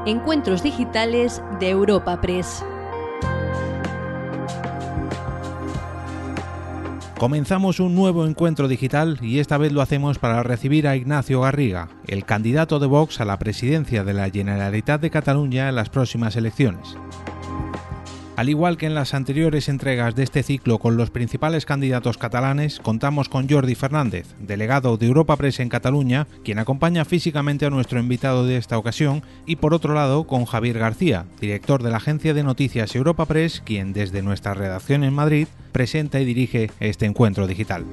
Encuentros digitales de Europa Press. Comenzamos un nuevo encuentro digital y esta vez lo hacemos para recibir a Ignacio Garriga, el candidato de Vox a la presidencia de la Generalitat de Cataluña en las próximas elecciones. Al igual que en las anteriores entregas de este ciclo con los principales candidatos catalanes, contamos con Jordi Fernández, delegado de Europa Press en Cataluña, quien acompaña físicamente a nuestro invitado de esta ocasión, y por otro lado con Javier García, director de la agencia de noticias Europa Press, quien desde nuestra redacción en Madrid presenta y dirige este encuentro digital.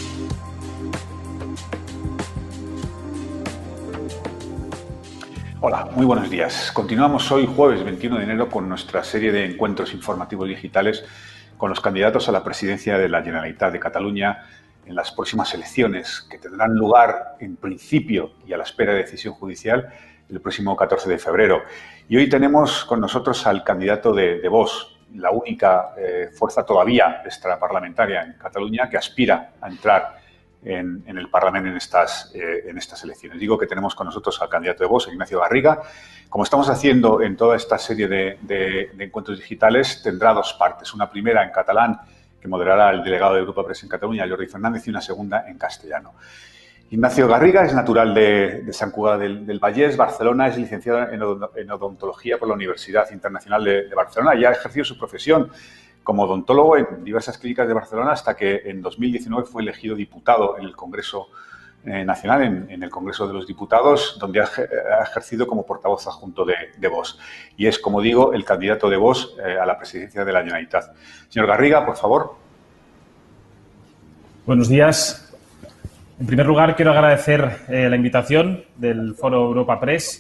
Hola, muy buenos días. Continuamos hoy, jueves 21 de enero, con nuestra serie de encuentros informativos digitales con los candidatos a la presidencia de la Generalitat de Cataluña en las próximas elecciones, que tendrán lugar en principio y a la espera de decisión judicial el próximo 14 de febrero. Y hoy tenemos con nosotros al candidato de Vox, la única fuerza todavía extraparlamentaria en Cataluña que aspira a entrar en el Parlamento en estas elecciones. Digo que tenemos con nosotros al candidato de Vox, Ignacio Garriga. Como estamos haciendo en toda esta serie de encuentros digitales, tendrá dos partes. Una primera en catalán, que moderará el delegado de Europa Press en Cataluña, Jordi Fernández, y una segunda en castellano. Ignacio Garriga es natural de Sant Cugat del Vallès, Barcelona, es licenciado en odontología por la Universidad Internacional de Barcelona y ha ejercido su profesión como odontólogo en diversas clínicas de Barcelona hasta que en 2019 fue elegido diputado en el Congreso Nacional, en el Congreso de los Diputados, donde ha ejercido como portavoz adjunto de Vox. Y es, como digo, el candidato de Vox a la presidencia de la Generalitat. Señor Garriga, por favor. Buenos días. En primer lugar, quiero agradecer la invitación del Foro Europa Press,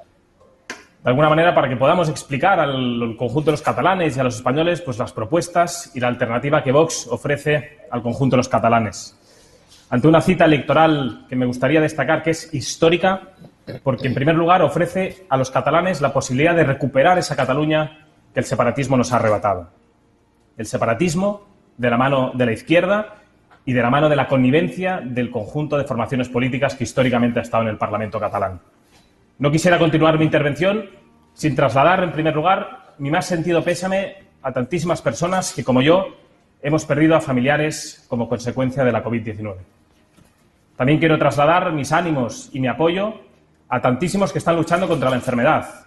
de alguna manera para que podamos explicar al conjunto de los catalanes y a los españoles pues las propuestas y la alternativa que Vox ofrece al conjunto de los catalanes. Ante una cita electoral que me gustaría destacar que es histórica, porque en primer lugar ofrece a los catalanes la posibilidad de recuperar esa Cataluña que el separatismo nos ha arrebatado. El separatismo de la mano de la izquierda y de la mano de la connivencia del conjunto de formaciones políticas que históricamente ha estado en el Parlamento catalán. No quisiera continuar mi intervención sin trasladar, en primer lugar, mi más sentido pésame a tantísimas personas que, como yo, hemos perdido a familiares como consecuencia de la COVID-19. También quiero trasladar mis ánimos y mi apoyo a tantísimos que están luchando contra la enfermedad.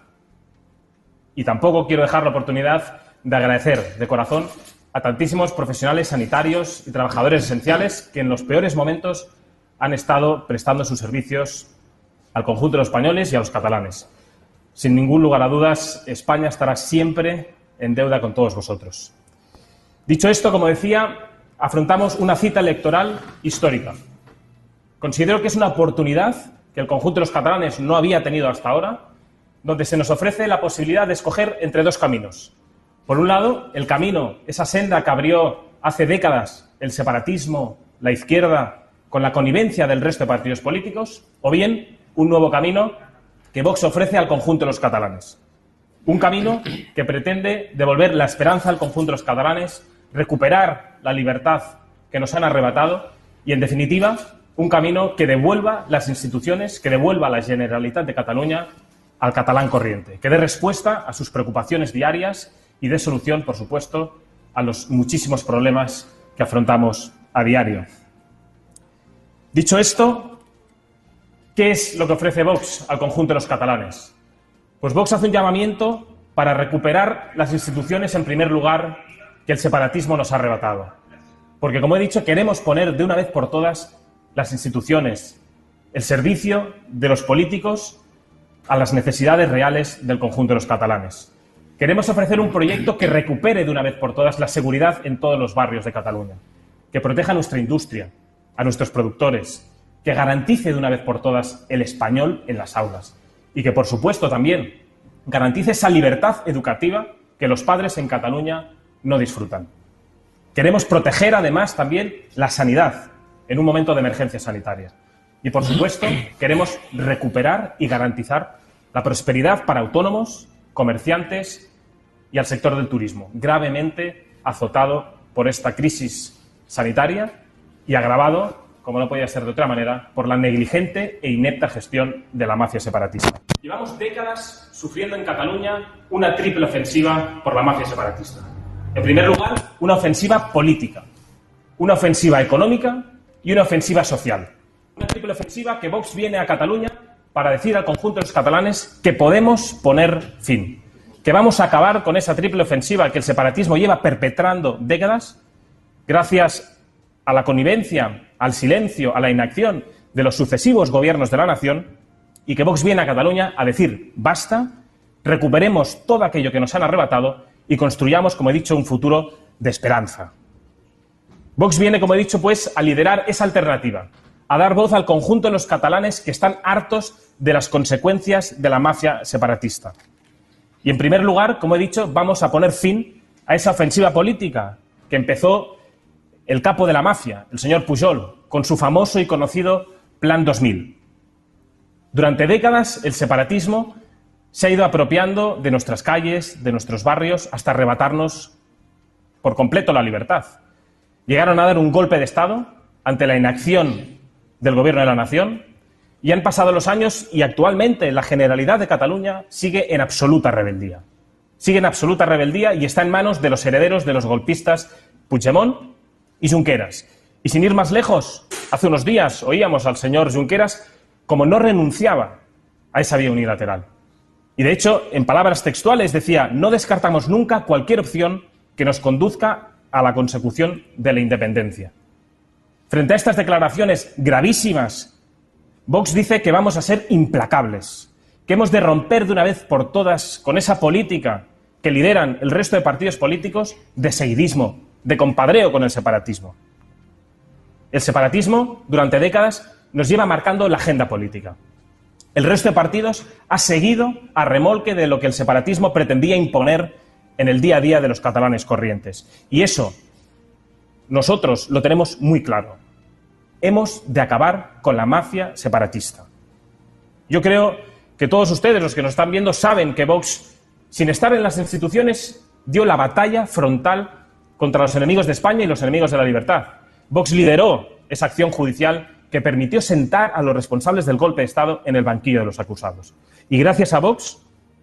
Y tampoco quiero dejar la oportunidad de agradecer de corazón a tantísimos profesionales sanitarios y trabajadores esenciales que en los peores momentos han estado prestando sus servicios al conjunto de los españoles y a los catalanes. Sin ningún lugar a dudas, España estará siempre en deuda con todos vosotros. Dicho esto, como decía, afrontamos una cita electoral histórica. Considero que es una oportunidad que el conjunto de los catalanes no había tenido hasta ahora, donde se nos ofrece la posibilidad de escoger entre dos caminos. Por un lado, el camino, esa senda que abrió hace décadas el separatismo, la izquierda, con la connivencia del resto de partidos políticos, o bien un nuevo camino que Vox ofrece al conjunto de los catalanes. Un camino que pretende devolver la esperanza al conjunto de los catalanes, recuperar la libertad que nos han arrebatado y, en definitiva, un camino que devuelva las instituciones, que devuelva la Generalitat de Cataluña al catalán corriente, que dé respuesta a sus preocupaciones diarias y dé solución, por supuesto, a los muchísimos problemas que afrontamos a diario. Dicho esto, ¿qué es lo que ofrece Vox al conjunto de los catalanes? Pues Vox hace un llamamiento para recuperar las instituciones, en primer lugar, que el separatismo nos ha arrebatado. Porque, como he dicho, queremos poner de una vez por todas las instituciones, el servicio de los políticos a las necesidades reales del conjunto de los catalanes. Queremos ofrecer un proyecto que recupere de una vez por todas la seguridad en todos los barrios de Cataluña, que proteja a nuestra industria, a nuestros productores, que garantice de una vez por todas el español en las aulas y que, por supuesto, también garantice esa libertad educativa que los padres en Cataluña no disfrutan. Queremos proteger, además, también la sanidad en un momento de emergencia sanitaria. Y, por supuesto, queremos recuperar y garantizar la prosperidad para autónomos, comerciantes y al sector del turismo, gravemente azotado por esta crisis sanitaria y agravado como no podía ser de otra manera, por la negligente e inepta gestión de la mafia separatista. Llevamos décadas sufriendo en Cataluña una triple ofensiva por la mafia separatista. En primer lugar, una ofensiva política, una ofensiva económica y una ofensiva social. Una triple ofensiva que Vox viene a Cataluña para decir al conjunto de los catalanes que podemos poner fin, que vamos a acabar con esa triple ofensiva que el separatismo lleva perpetrando décadas, gracias a la connivencia, al silencio, a la inacción de los sucesivos gobiernos de la nación, y que Vox viene a Cataluña a decir basta, recuperemos todo aquello que nos han arrebatado y construyamos, como he dicho, un futuro de esperanza. Vox viene, como he dicho, pues, a liderar esa alternativa, a dar voz al conjunto de los catalanes que están hartos de las consecuencias de la mafia separatista. Y, en primer lugar, como he dicho, vamos a poner fin a esa ofensiva política que empezó el capo de la mafia, el señor Pujol, con su famoso y conocido Plan 2000. Durante décadas, el separatismo se ha ido apropiando de nuestras calles, de nuestros barrios, hasta arrebatarnos por completo la libertad. Llegaron a dar un golpe de Estado ante la inacción del Gobierno de la Nación y han pasado los años y actualmente la Generalidad de Cataluña sigue en absoluta rebeldía. Sigue en absoluta rebeldía y está en manos de los herederos de los golpistas Puigdemont y Junqueras. Y sin ir más lejos, hace unos días oíamos al señor Junqueras como no renunciaba a esa vía unilateral. Y de hecho, en palabras textuales decía: no descartamos nunca cualquier opción que nos conduzca a la consecución de la independencia. Frente a estas declaraciones gravísimas, Vox dice que vamos a ser implacables, que hemos de romper de una vez por todas con esa política que lideran el resto de partidos políticos de seguidismo, de compadreo con el separatismo. El separatismo, durante décadas, nos lleva marcando la agenda política. El resto de partidos ha seguido a remolque de lo que el separatismo pretendía imponer en el día a día de los catalanes corrientes. Y eso nosotros lo tenemos muy claro. Hemos de acabar con la mafia separatista. Yo creo que todos ustedes, los que nos están viendo, saben que Vox, sin estar en las instituciones, dio la batalla frontal contra los enemigos de España y los enemigos de la libertad. Vox lideró esa acción judicial que permitió sentar a los responsables del golpe de Estado en el banquillo de los acusados. Y gracias a Vox,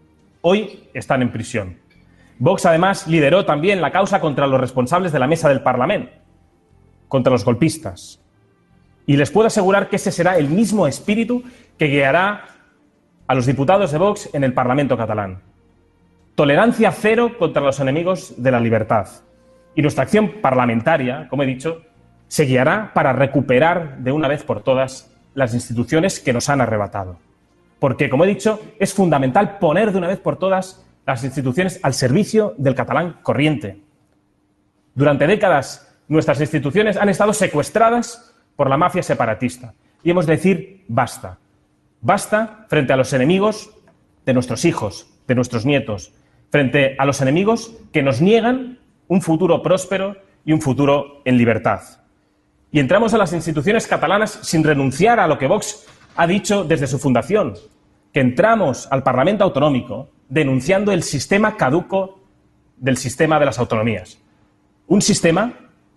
hoy están en prisión. Vox, además, lideró también la causa contra los responsables de la mesa del Parlamento, contra los golpistas. Y les puedo asegurar que ese será el mismo espíritu que guiará a los diputados de Vox en el Parlamento catalán. Tolerancia cero contra los enemigos de la libertad. Y nuestra acción parlamentaria, como he dicho, se guiará para recuperar de una vez por todas las instituciones que nos han arrebatado. Porque, como he dicho, es fundamental poner de una vez por todas las instituciones al servicio del catalán corriente. Durante décadas, nuestras instituciones han estado secuestradas por la mafia separatista. Y hemos de decir basta. Basta frente a los enemigos de nuestros hijos, de nuestros nietos, frente a los enemigos que nos niegan un futuro próspero y un futuro en libertad. Y entramos a las instituciones catalanas sin renunciar a lo que Vox ha dicho desde su fundación, que entramos al Parlamento Autonómico denunciando el sistema caduco del sistema de las autonomías. Un sistema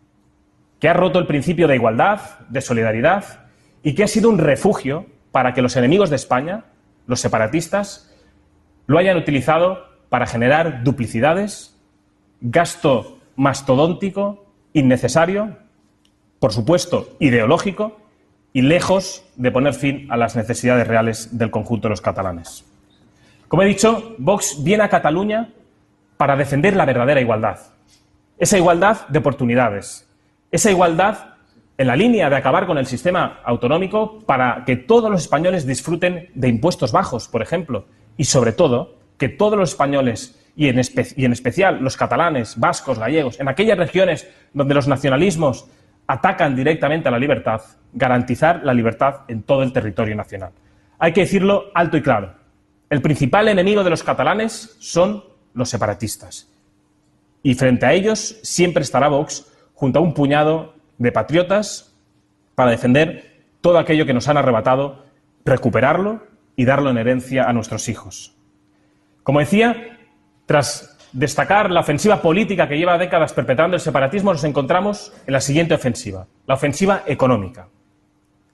que ha roto el principio de igualdad, de solidaridad y que ha sido un refugio para que los enemigos de España, los separatistas, lo hayan utilizado para generar duplicidades, gasto mastodóntico, innecesario, por supuesto, ideológico y lejos de poner fin a las necesidades reales del conjunto de los catalanes. Como he dicho, Vox viene a Cataluña para defender la verdadera igualdad. Esa igualdad de oportunidades. Esa igualdad en la línea de acabar con el sistema autonómico para que todos los españoles disfruten de impuestos bajos, por ejemplo. Y sobre todo, que todos los españoles, y en especial los catalanes, vascos, gallegos, en aquellas regiones donde los nacionalismos atacan directamente a la libertad, garantizar la libertad en todo el territorio nacional. Hay que decirlo alto y claro. El principal enemigo de los catalanes son los separatistas. Y frente a ellos siempre estará Vox junto a un puñado de patriotas para defender todo aquello que nos han arrebatado, recuperarlo y darlo en herencia a nuestros hijos. Como decía, tras destacar la ofensiva política que lleva décadas perpetrando el separatismo, nos encontramos en la siguiente ofensiva, la ofensiva económica.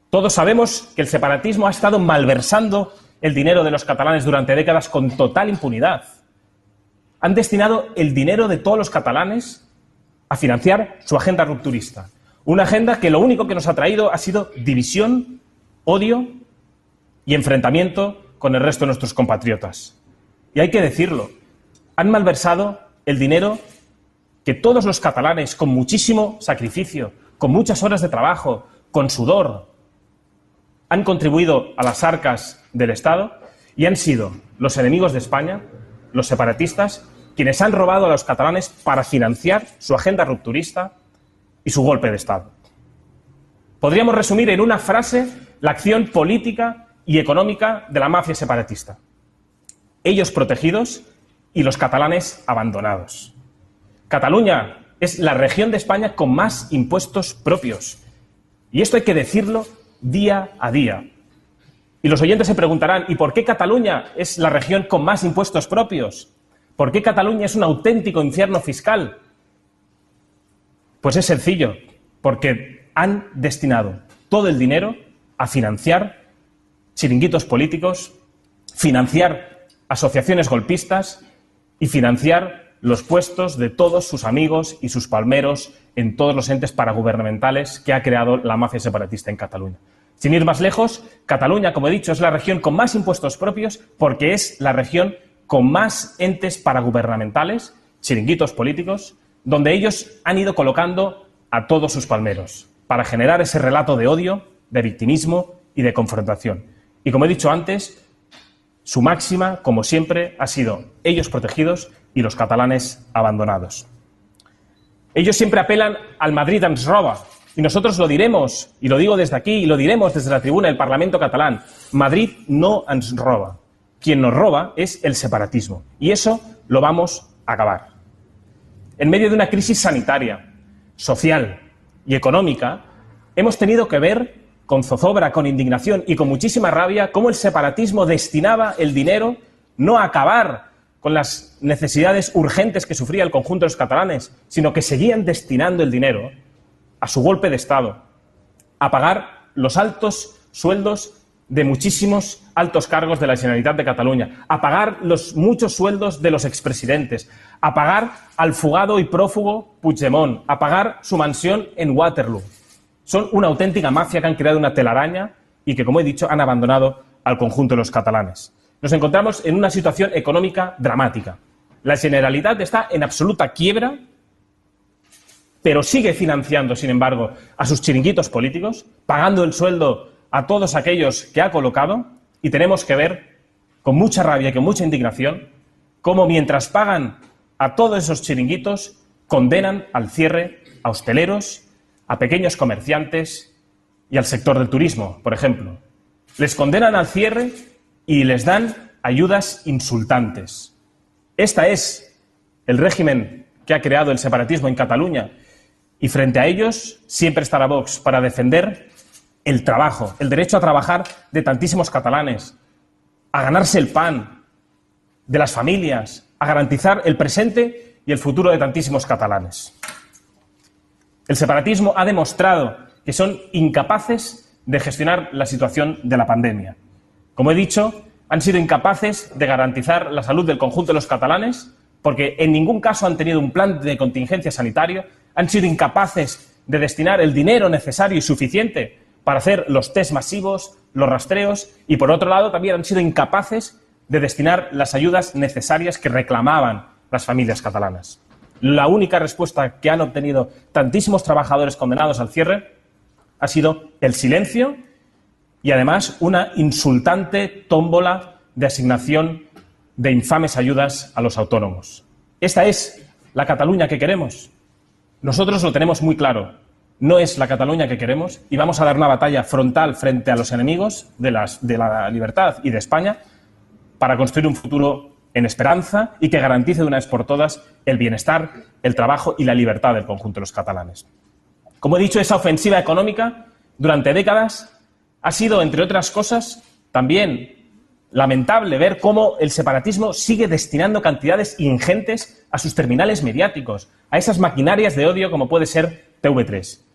Todos sabemos que el separatismo ha estado malversando el dinero de los catalanes durante décadas con total impunidad. Han destinado el dinero de todos los catalanes a financiar su agenda rupturista. Una agenda que lo único que nos ha traído ha sido división, odio y enfrentamiento con el resto de nuestros compatriotas. Y hay que decirlo, han malversado el dinero que todos los catalanes, con muchísimo sacrificio, con muchas horas de trabajo, con sudor, han contribuido a las arcas del Estado y han sido los enemigos de España, los separatistas, quienes han robado a los catalanes para financiar su agenda rupturista y su golpe de Estado. Podríamos resumir en una frase la acción política y económica de la mafia separatista. Ellos protegidos y los catalanes abandonados. Cataluña es la región de España con más impuestos propios. Y esto hay que decirlo día a día. Y los oyentes se preguntarán, ¿y por qué Cataluña es la región con más impuestos propios? ¿Por qué Cataluña es un auténtico infierno fiscal? Pues es sencillo, porque han destinado todo el dinero a financiar chiringuitos políticos, financiar asociaciones golpistas y financiar los puestos de todos sus amigos y sus palmeros en todos los entes paragubernamentales que ha creado la mafia separatista en Cataluña. Sin ir más lejos, Cataluña, como he dicho, es la región con más impuestos propios porque es la región con más entes paragubernamentales, chiringuitos políticos, donde ellos han ido colocando a todos sus palmeros para generar ese relato de odio, de victimismo y de confrontación. Y como he dicho antes, su máxima, como siempre, ha sido ellos protegidos y los catalanes abandonados. Ellos siempre apelan al Madrid ens roba, y nosotros lo diremos, y lo digo desde aquí, y lo diremos desde la tribuna del Parlamento catalán. Madrid no ens roba. Quien nos roba es el separatismo, y eso lo vamos a acabar. En medio de una crisis sanitaria, social y económica, hemos tenido que ver con zozobra, con indignación y con muchísima rabia cómo el separatismo destinaba el dinero no a acabar con las necesidades urgentes que sufría el conjunto de los catalanes, sino que seguían destinando el dinero a su golpe de Estado, a pagar los altos sueldos de muchísimos altos cargos de la Generalitat de Cataluña, a pagar los muchos sueldos de los expresidentes, a pagar al fugado y prófugo Puigdemont, a pagar su mansión en Waterloo. Son una auténtica mafia que han creado una telaraña y que, como he dicho, han abandonado al conjunto de los catalanes. Nos encontramos en una situación económica dramática. La Generalitat está en absoluta quiebra, pero sigue financiando, sin embargo, a sus chiringuitos políticos, pagando el sueldo a todos aquellos que ha colocado, y tenemos que ver, con mucha rabia y con mucha indignación, cómo mientras pagan a todos esos chiringuitos, condenan al cierre a hosteleros, a pequeños comerciantes y al sector del turismo, por ejemplo. Les condenan al cierre y les dan ayudas insultantes. Este es el régimen que ha creado el separatismo en Cataluña, y frente a ellos siempre estará Vox para defender el trabajo, el derecho a trabajar de tantísimos catalanes, a ganarse el pan de las familias, a garantizar el presente y el futuro de tantísimos catalanes. El separatismo ha demostrado que son incapaces de gestionar la situación de la pandemia. Como he dicho, han sido incapaces de garantizar la salud del conjunto de los catalanes porque en ningún caso han tenido un plan de contingencia sanitario, han sido incapaces de destinar el dinero necesario y suficiente para hacer los test masivos, los rastreos, y por otro lado también han sido incapaces de destinar las ayudas necesarias que reclamaban las familias catalanas. La única respuesta que han obtenido tantísimos trabajadores condenados al cierre ha sido el silencio y además una insultante tómbola de asignación de infames ayudas a los autónomos. ¿Esta es la Cataluña que queremos? Nosotros lo tenemos muy claro. No es la Cataluña que queremos y vamos a dar una batalla frontal frente a los enemigos de la libertad y de España para construir un futuro en esperanza y que garantice de una vez por todas el bienestar, el trabajo y la libertad del conjunto de los catalanes. Como he dicho, esa ofensiva económica durante décadas ha sido, entre otras cosas, también lamentable ver cómo el separatismo sigue destinando cantidades ingentes a sus terminales mediáticos, a esas maquinarias de odio como puede ser TV3.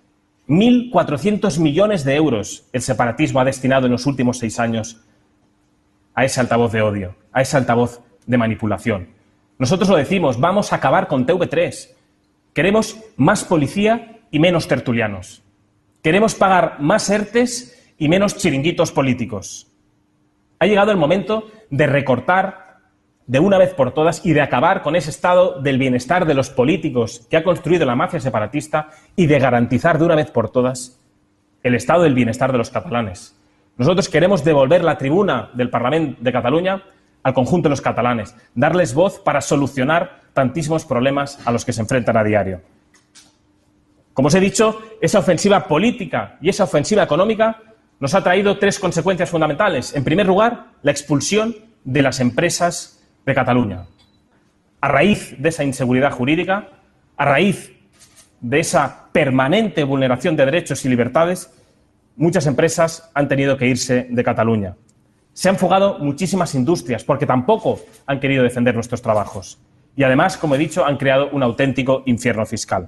1.400 millones de euros el separatismo ha destinado en los últimos 6 años a ese altavoz de odio, a ese altavoz de manipulación. Nosotros lo decimos, vamos a acabar con TV3. Queremos más policía y menos tertulianos. Queremos pagar más ERTEs y menos chiringuitos políticos. Ha llegado el momento de recortar de una vez por todas y de acabar con ese estado del bienestar de los políticos que ha construido la mafia separatista y de garantizar de una vez por todas el estado del bienestar de los catalanes. Nosotros queremos devolver la tribuna del Parlament de Cataluña al conjunto de los catalanes, darles voz para solucionar tantísimos problemas a los que se enfrentan a diario. Como os he dicho, esa ofensiva política y esa ofensiva económica nos ha traído 3 consecuencias fundamentales. En primer lugar, la expulsión de las empresas de Cataluña. A raíz de esa inseguridad jurídica, a raíz de esa permanente vulneración de derechos y libertades, muchas empresas han tenido que irse de Cataluña. Se han fugado muchísimas industrias porque tampoco han querido defender nuestros trabajos. Y además, como he dicho, han creado un auténtico infierno fiscal.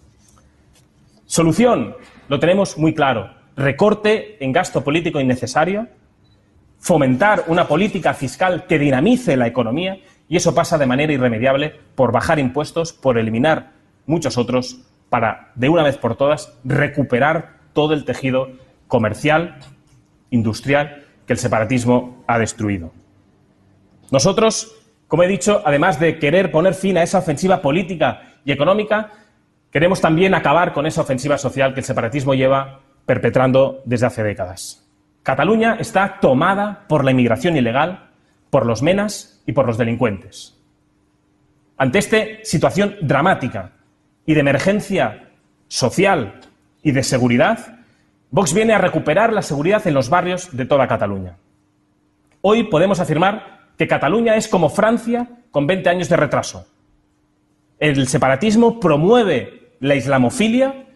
Solución, lo tenemos muy claro. Recorte en gasto político innecesario, fomentar una política fiscal que dinamice la economía, y eso pasa de manera irremediable por bajar impuestos, por eliminar muchos otros, para, de una vez por todas, recuperar todo el tejido comercial, industrial, que el separatismo ha destruido. Nosotros, como he dicho, además de querer poner fin a esa ofensiva política y económica, queremos también acabar con esa ofensiva social que el separatismo lleva perpetrando desde hace décadas. Cataluña está tomada por la inmigración ilegal, por los menas y por los delincuentes. Ante esta situación dramática y de emergencia social y de seguridad, Vox viene a recuperar la seguridad en los barrios de toda Cataluña. Hoy podemos afirmar que Cataluña es como Francia con 20 años de retraso. El separatismo promueve la islamofilia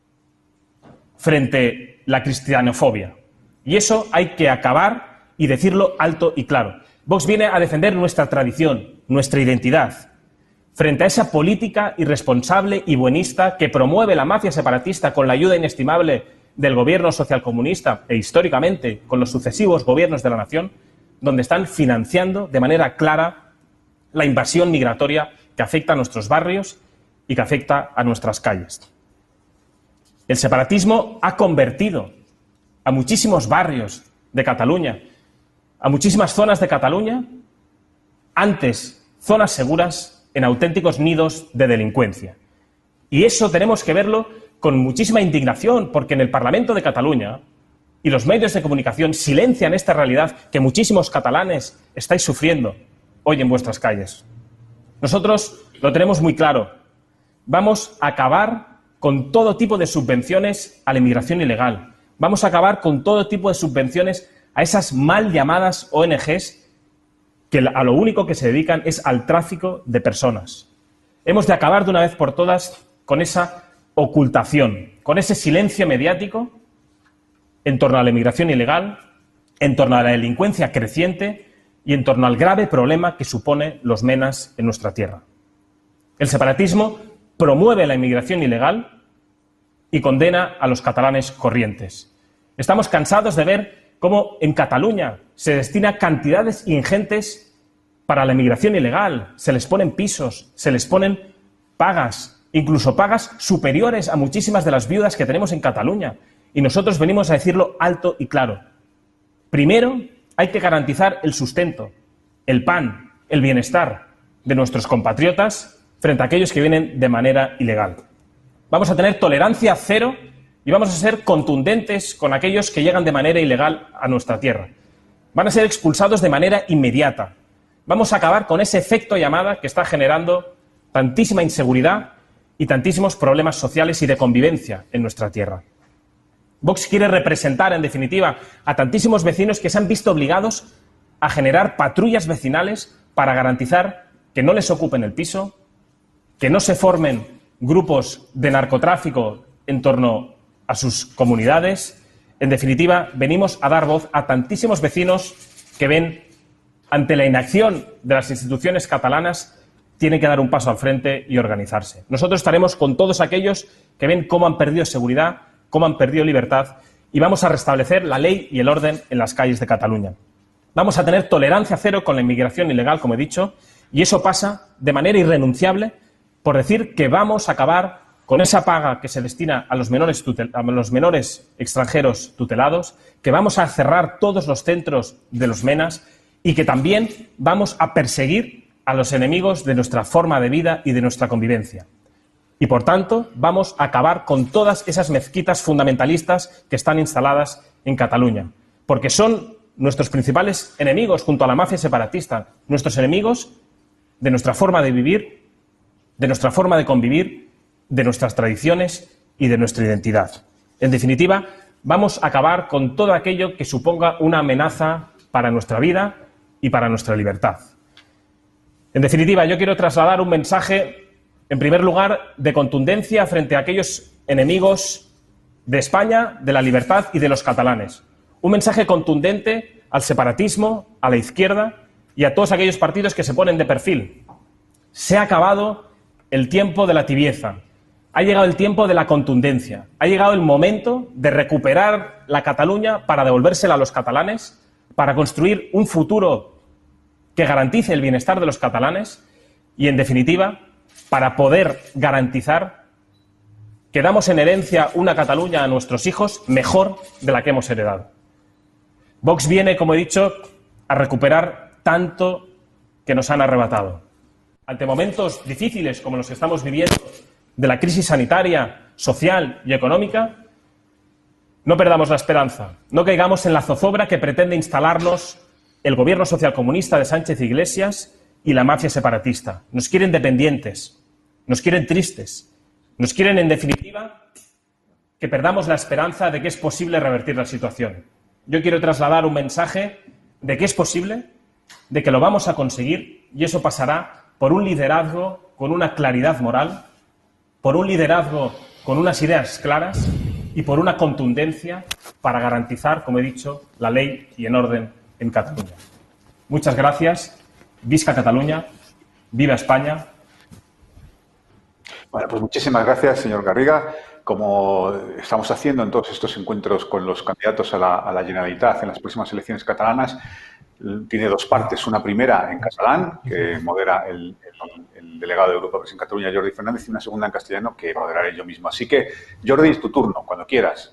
frente a la cristianofobia. Y eso hay que acabar y decirlo alto y claro. Vox viene a defender nuestra tradición, nuestra identidad, frente a esa política irresponsable y buenista que promueve la mafia separatista con la ayuda inestimable del gobierno socialcomunista e históricamente con los sucesivos gobiernos de la nación, donde están financiando de manera clara la invasión migratoria que afecta a nuestros barrios y que afecta a nuestras calles. El separatismo ha convertido a muchísimos barrios de Cataluña, a muchísimas zonas de Cataluña, antes zonas seguras, en auténticos nidos de delincuencia. Y eso tenemos que verlo con muchísima indignación, porque en el Parlamento de Cataluña y los medios de comunicación silencian esta realidad que muchísimos catalanes estáis sufriendo hoy en vuestras calles. Nosotros lo tenemos muy claro. Vamos a acabar con todo tipo de subvenciones a la inmigración ilegal. Vamos a acabar con todo tipo de subvenciones a esas mal llamadas ONGs que a lo único que se dedican es al tráfico de personas. Hemos de acabar de una vez por todas con esa ocultación, con ese silencio mediático en torno a la inmigración ilegal, en torno a la delincuencia creciente y en torno al grave problema que supone los menas en nuestra tierra. El separatismo promueve la inmigración ilegal y condena a los catalanes corrientes. Estamos cansados de ver cómo en Cataluña se destina cantidades ingentes para la inmigración ilegal. Se les ponen pisos, se les ponen pagas, incluso pagas superiores a muchísimas de las viudas que tenemos en Cataluña. Y nosotros venimos a decirlo alto y claro. Primero, hay que garantizar el sustento, el pan, el bienestar de nuestros compatriotas frente a aquellos que vienen de manera ilegal. Vamos a tener tolerancia cero y vamos a ser contundentes con aquellos que llegan de manera ilegal a nuestra tierra. Van a ser expulsados de manera inmediata. Vamos a acabar con ese efecto llamada que está generando tantísima inseguridad y tantísimos problemas sociales y de convivencia en nuestra tierra. Vox quiere representar, en definitiva, a tantísimos vecinos que se han visto obligados a generar patrullas vecinales para garantizar que no les ocupen el piso, que no se formen grupos de narcotráfico en torno a sus comunidades. En definitiva, venimos a dar voz a tantísimos vecinos que ven, ante la inacción de las instituciones catalanas, tienen que dar un paso al frente y organizarse. Nosotros estaremos con todos aquellos que ven cómo han perdido seguridad, cómo han perdido libertad y vamos a restablecer la ley y el orden en las calles de Cataluña. Vamos a tener tolerancia cero con la inmigración ilegal, como he dicho, y eso pasa de manera irrenunciable por decir que vamos a acabar con esa paga que se destina a los menores extranjeros tutelados, que vamos a cerrar todos los centros de los MENAs y que también vamos a perseguir a los enemigos de nuestra forma de vida y de nuestra convivencia. Y, por tanto, vamos a acabar con todas esas mezquitas fundamentalistas que están instaladas en Cataluña, porque son nuestros principales enemigos junto a la mafia separatista, nuestros enemigos de nuestra forma de vivir, de nuestra forma de convivir, de nuestras tradiciones y de nuestra identidad. En definitiva, vamos a acabar con todo aquello que suponga una amenaza para nuestra vida y para nuestra libertad. En definitiva, yo quiero trasladar un mensaje, en primer lugar, de contundencia frente a aquellos enemigos de España, de la libertad y de los catalanes. Un mensaje contundente al separatismo, a la izquierda y a todos aquellos partidos que se ponen de perfil. Se ha acabado el tiempo de la tibieza. Ha llegado el tiempo de la contundencia. Ha llegado el momento de recuperar la Cataluña para devolvérsela a los catalanes, para construir un futuro que garantice el bienestar de los catalanes y, en definitiva, para poder garantizar que damos en herencia una Cataluña a nuestros hijos mejor de la que hemos heredado. Vox viene, como he dicho, a recuperar tanto que nos han arrebatado. Ante momentos difíciles como los que estamos viviendo, de la crisis sanitaria, social y económica, no perdamos la esperanza, no caigamos en la zozobra que pretende instalarnos el gobierno socialcomunista de Sánchez Iglesias y la mafia separatista. Nos quieren dependientes, nos quieren tristes, nos quieren, en definitiva, que perdamos la esperanza de que es posible revertir la situación. Yo quiero trasladar un mensaje de que es posible, de que lo vamos a conseguir, y eso pasará por un liderazgo con una claridad moral, por un liderazgo con unas ideas claras y por una contundencia para garantizar, como he dicho, la ley y el orden en Cataluña. Muchas gracias. Visca Cataluña. Viva España. Bueno, pues muchísimas gracias, señor Garriga. Como estamos haciendo en todos estos encuentros con los candidatos a la Generalitat en las próximas elecciones catalanas, tiene dos partes. Una primera en catalán, que modera el delegado de Europa Press en Cataluña, Jordi Fernández, y una segunda en castellano, que moderaré yo mismo. Así que, Jordi, es tu turno, cuando quieras.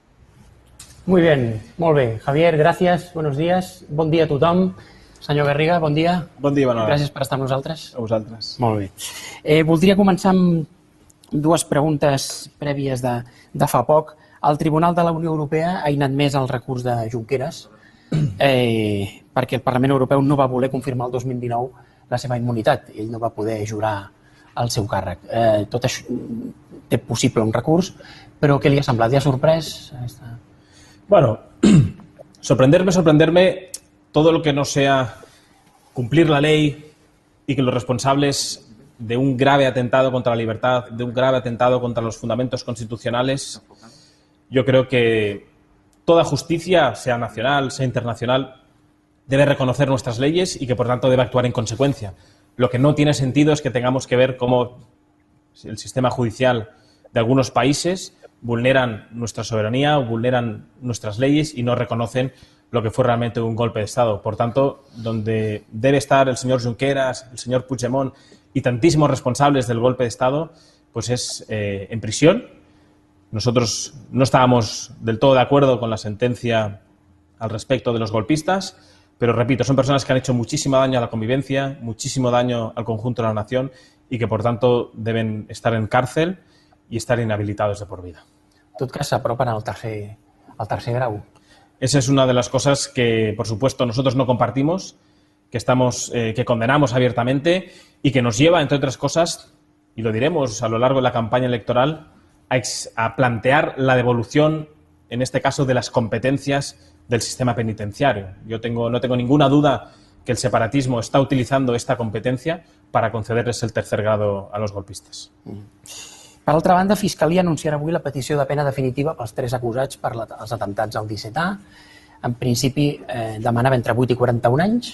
Muy bien, molt bé. Javier, gràcies, buenos días. Bon dia a tothom. Senyor Garriga, bon dia. Bon dia, bona hora. Gràcies per estar amb nosaltres. A vosaltres. Molt bé. Voldria començar amb dues preguntes prèvies de fa poc. El Tribunal de la Unió Europea ha admès el recurs de Junqueras perquè el Parlament Europeu no va voler confirmar el 2019 la seva immunitat. Ell no va poder jurar el seu càrrec. Tot això té possible un recurs, però què li ha semblat? Li ha sorprès? Bueno, sorprenderme, todo lo que no sea cumplir la ley y que los responsables de un grave atentado contra la libertad, de un grave atentado contra los fundamentos constitucionales, yo creo que toda justicia, sea nacional, sea internacional, debe reconocer nuestras leyes y que, por tanto, debe actuar en consecuencia. Lo que no tiene sentido es que tengamos que ver cómo el sistema judicial de algunos países vulneran nuestra soberanía o vulneran nuestras leyes y no reconocen lo que fue realmente un golpe de Estado. Por tanto, donde debe estar el señor Junqueras, el señor Puigdemont y tantísimos responsables del golpe de Estado, pues es en prisión. Nosotros no estábamos del todo de acuerdo con la sentencia al respecto de los golpistas, pero repito, son personas que han hecho muchísimo daño a la convivencia, muchísimo daño al conjunto de la nación y que, por tanto, deben estar en cárcel y estar inhabilitados de por vida. En tot cas, s'apropen al tercer grau. Esa es una de las cosas que, por supuesto, nosotros no compartimos, que condenamos abiertamente y que nos lleva, entre otras cosas, y lo diremos a lo largo de la campaña electoral, a plantear la devolución, en este caso, de las competencias del sistema penitenciario. Yo no tengo ninguna duda que el separatismo está utilizando esta competencia para concederles el tercer grado a los golpistes. Per altra banda, Fiscalia anunciarà avui la petició de pena definitiva pels 3 acusats per els atemptats al 17A. En principi, demanava entre 8 i 41 anys.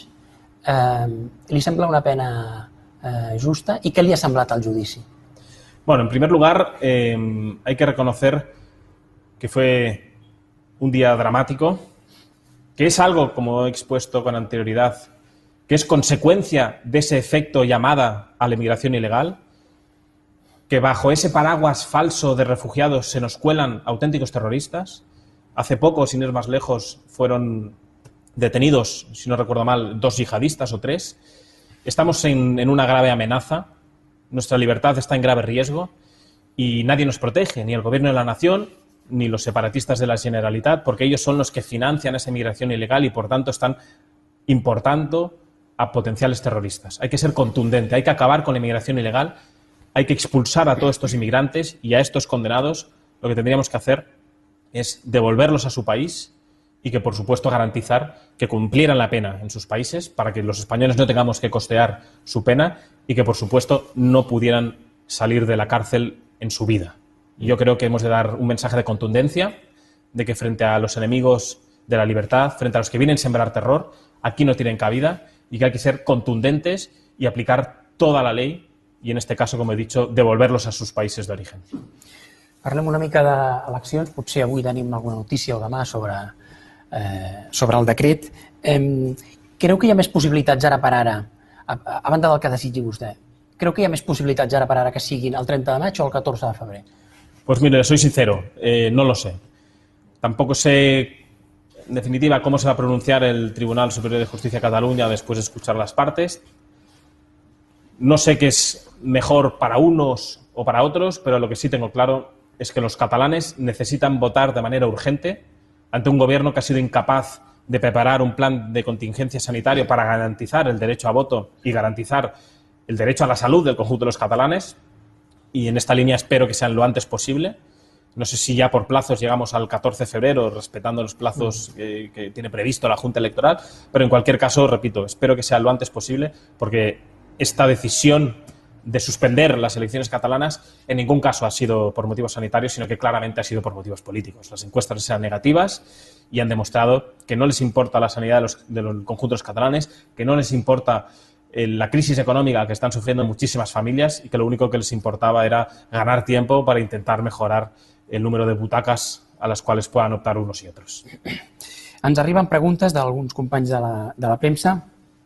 Li sembla una pena justa? I què li ha semblat al judici? Bueno, en primer lugar, hay que reconocer que fue un día dramático, que es algo, como he expuesto con anterioridad, que es consecuencia de ese efecto llamada a la inmigración ilegal, que bajo ese paraguas falso de refugiados se nos cuelan auténticos terroristas. Hace poco, sin ir más lejos, fueron detenidos, si no recuerdo mal, 2 yihadistas o 3. Estamos en una grave amenaza, nuestra libertad está en grave riesgo y nadie nos protege, ni el Gobierno de la Nación, ni los separatistas de la Generalitat, porque ellos son los que financian esa inmigración ilegal y, por tanto, están importando a potenciales terroristas. Hay que ser contundente, hay que acabar con la inmigración ilegal, hay que expulsar a todos estos inmigrantes y a estos condenados. Lo que tendríamos que hacer es devolverlos a su país y que, por supuesto, garantizar que cumplieran la pena en sus países para que los españoles no tengamos que costear su pena y que, por supuesto, no pudieran salir de la cárcel en su vida. Y yo creo que hemos de dar un mensaje de contundencia, de que frente a los enemigos de la libertad, frente a los que vienen a sembrar terror, aquí no tienen cabida y que hay que ser contundentes y aplicar toda la ley y, en este caso, como he dicho, devolverlos a sus países de origen. Parlem una mica d'eleccions. Potser avui tenim alguna notícia o demà sobre el decret. Creu que hi ha més possibilitats ara per ara, a banda del que desitgi vostè, creu que hi ha més possibilitats ara per ara que siguin el 30 de maig o el 14 de febrer? Pues mire, soy sincero, no lo sé. Tampoco sé, en definitiva, cómo se va a pronunciar el Tribunal Superior de Justicia de Cataluña después de escuchar las partes. No sé qué es mejor para unos o para otros, pero lo que sí tengo claro es que los catalanes necesitan votar de manera urgente ante un gobierno que ha sido incapaz de preparar un plan de contingencia sanitario para garantizar el derecho a voto y garantizar el derecho a la salud del conjunto de los catalanes. Y en esta línea espero que sean lo antes posible. No sé si ya por plazos llegamos al 14 de febrero, respetando los plazos que tiene previsto la Junta Electoral, pero en cualquier caso, repito, espero que sea lo antes posible, porque esta decisión de suspender las elecciones catalanas en ningún caso ha sido por motivos sanitarios, sino que claramente ha sido por motivos políticos. Las encuestas eran negativas y han demostrado que no les importa la sanidad del conjunto de los catalanes, que no les importa la crisis económica que están sufriendo muchísimas familias y que lo único que les importaba era ganar tiempo para intentar mejorar el número de butacas a las cuales puedan optar unos y otros. Ens arriben preguntes d'alguns companys de la premsa.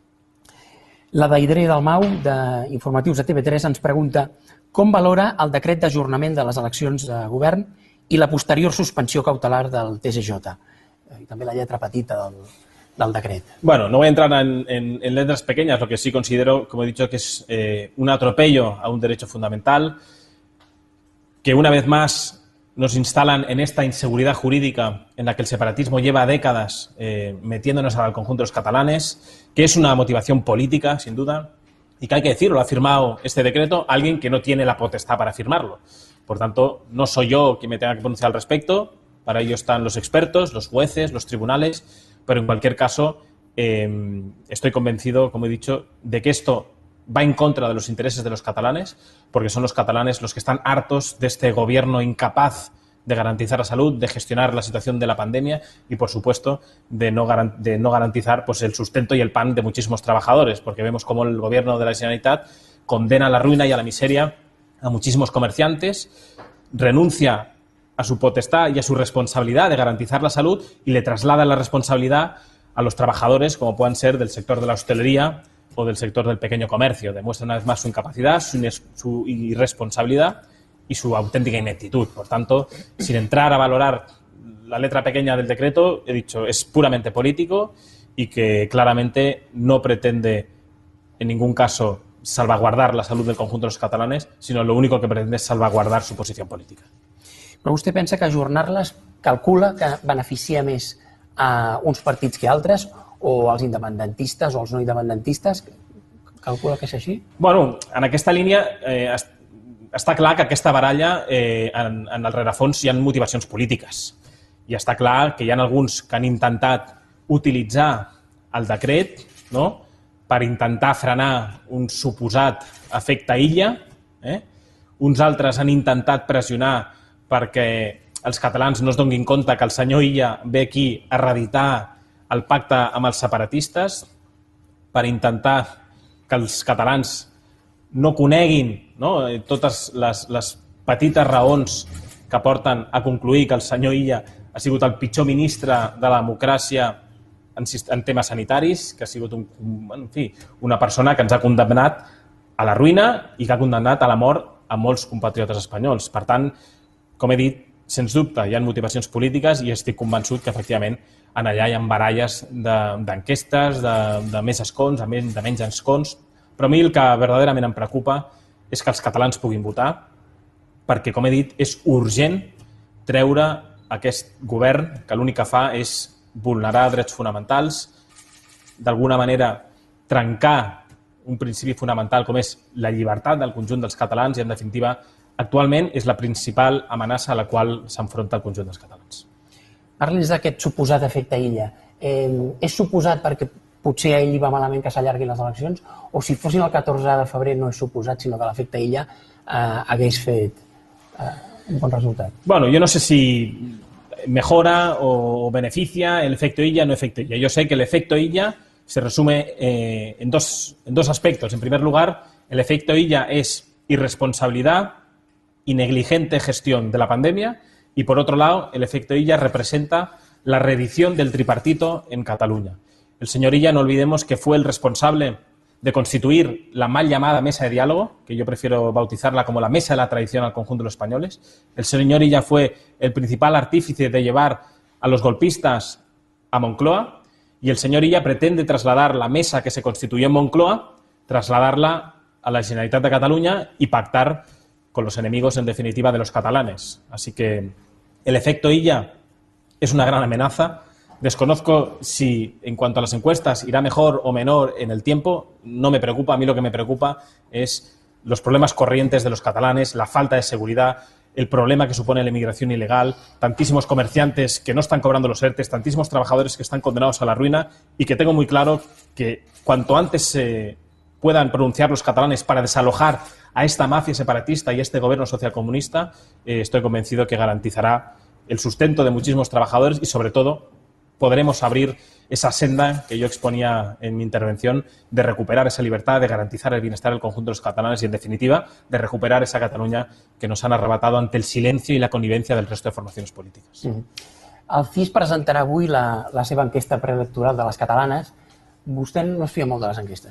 La d'Aidré Dalmau, d'Informatius de TV3, ens pregunta com valora el decret d'ajornament de les eleccions de govern i la posterior suspensió cautelar del TSJ. I també la lletra petita del decret. Bueno, no voy a entrar en letras pequeñas, lo que sí considero, como he dicho, que es un atropello a un derecho fundamental, que una vez más nos instalan en esta inseguridad jurídica en la que el separatismo lleva décadas metiéndonos al conjunto de los catalanes, que es una motivación política, sin duda, y que hay que decirlo, ha firmado este decreto alguien que no tiene la potestad para firmarlo. Por tanto, no soy yo quien me tenga que pronunciar al respecto, para ello están los expertos, los jueces, los tribunales, pero en cualquier caso estoy convencido, como he dicho, de que esto va en contra de los intereses de los catalanes, porque son los catalanes los que están hartos de este gobierno incapaz de garantizar la salud, de gestionar la situación de la pandemia y, por supuesto, de no garantizar pues, el sustento y el pan de muchísimos trabajadores, porque vemos cómo el gobierno de la Generalitat condena a la ruina y a la miseria a muchísimos comerciantes, renuncia a su potestad y a su responsabilidad de garantizar la salud y le traslada la responsabilidad a los trabajadores, como puedan ser del sector de la hostelería o del sector del pequeño comercio. Demuestra una vez más su incapacidad, su irresponsabilidad y su auténtica ineptitud. Por tanto, sin entrar a valorar la letra pequeña del decreto, he dicho, es puramente político y que claramente no pretende en ningún caso salvaguardar la salud del conjunto de los catalanes, sino lo único que pretende es salvaguardar su posición política. Però vostè pensa que ajornar-les calcula que beneficia més a uns partits que a altres, o als independentistes o als no independentistes? Calcula que és així? Bueno, en aquesta línia està clar que aquesta baralla en el rerefons hi ha motivacions polítiques i està clar que hi ha alguns que han intentat utilitzar el decret, no?, per intentar frenar un suposat efecte illa, uns altres han intentat pressionar perquè els catalans no es donin compte que el senyor Illa ve aquí a reeditar el pacte amb els separatistes, per intentar que els catalans no coneguin, no, totes les petites raons que porten a concluir que el senyor Illa ha sigut el pitjor ministre de la democràcia en temes sanitaris, que ha sigut una persona que ens ha condemnat a la ruïna i que ha condemnat a la mort a molts compatriotes espanyols. Per tant, com he dit, sens dubte hi ha motivacions polítiques i estic convençut que efectivament en allà hi ha baralles d'enquestes, de més escons, de menys escons, però a mi el que verdaderament em preocupa és que els catalans puguin votar, perquè, com he dit, és urgent treure aquest govern que l'únic que fa és vulnerar drets fonamentals, d'alguna manera trencar un principi fonamental com és la llibertat del conjunt dels catalans i, en definitiva, actualment és la principal amenaça a la qual s'enfronta el conjunt dels catalans. Parli'ns d'aquest suposat efecte Illa. És suposat perquè potser a ell li va malament que s'allarguin les eleccions, o si fossin el 14 de febrer no és suposat, sinó que l'efecte Illa hagués fet un bon resultat? Bueno, yo no sé si mejora o beneficia el efecto Illa o no efecto Illa. Yo sé que el efecto Illa se resume en dos aspectos. En primer lugar, el efecto Illa es irresponsabilidad y negligente gestión de la pandemia, y por otro lado, el efecto Illa representa la reedición del tripartito en Cataluña. El señor Illa, no olvidemos que fue el responsable de constituir la mal llamada mesa de diálogo, que yo prefiero bautizarla como la mesa de la tradición al conjunto de los españoles. El señor Illa fue el principal artífice de llevar a los golpistas a Moncloa, y el señor Illa pretende trasladar la mesa que se constituyó en Moncloa, trasladarla a la Generalitat de Cataluña y pactar con los enemigos, en definitiva, de los catalanes. Así que el efecto Illa es una gran amenaza. Desconozco si, en cuanto a las encuestas, irá mejor o menor en el tiempo. No me preocupa. A mí lo que me preocupa es los problemas corrientes de los catalanes, la falta de seguridad, el problema que supone la inmigración ilegal, tantísimos comerciantes que no están cobrando los ERTEs, tantísimos trabajadores que están condenados a la ruina, y que tengo muy claro que cuanto antes se puedan pronunciar los catalanes para desalojar a esta mafia separatista y a este gobierno socialcomunista, estoy convencido que garantizará el sustento de muchísimos trabajadores y, sobre todo, podremos abrir esa senda que yo exponía en mi intervención de recuperar esa libertad, de garantizar el bienestar del conjunto de los catalanes y, en definitiva, de recuperar esa Catalunya que nos han arrebatado ante el silencio y la connivencia del resto de formaciones políticas. El CIS presentarà avui la seva enquesta preelectoral de les catalanes. Vostè no es fia molt de les enquestes,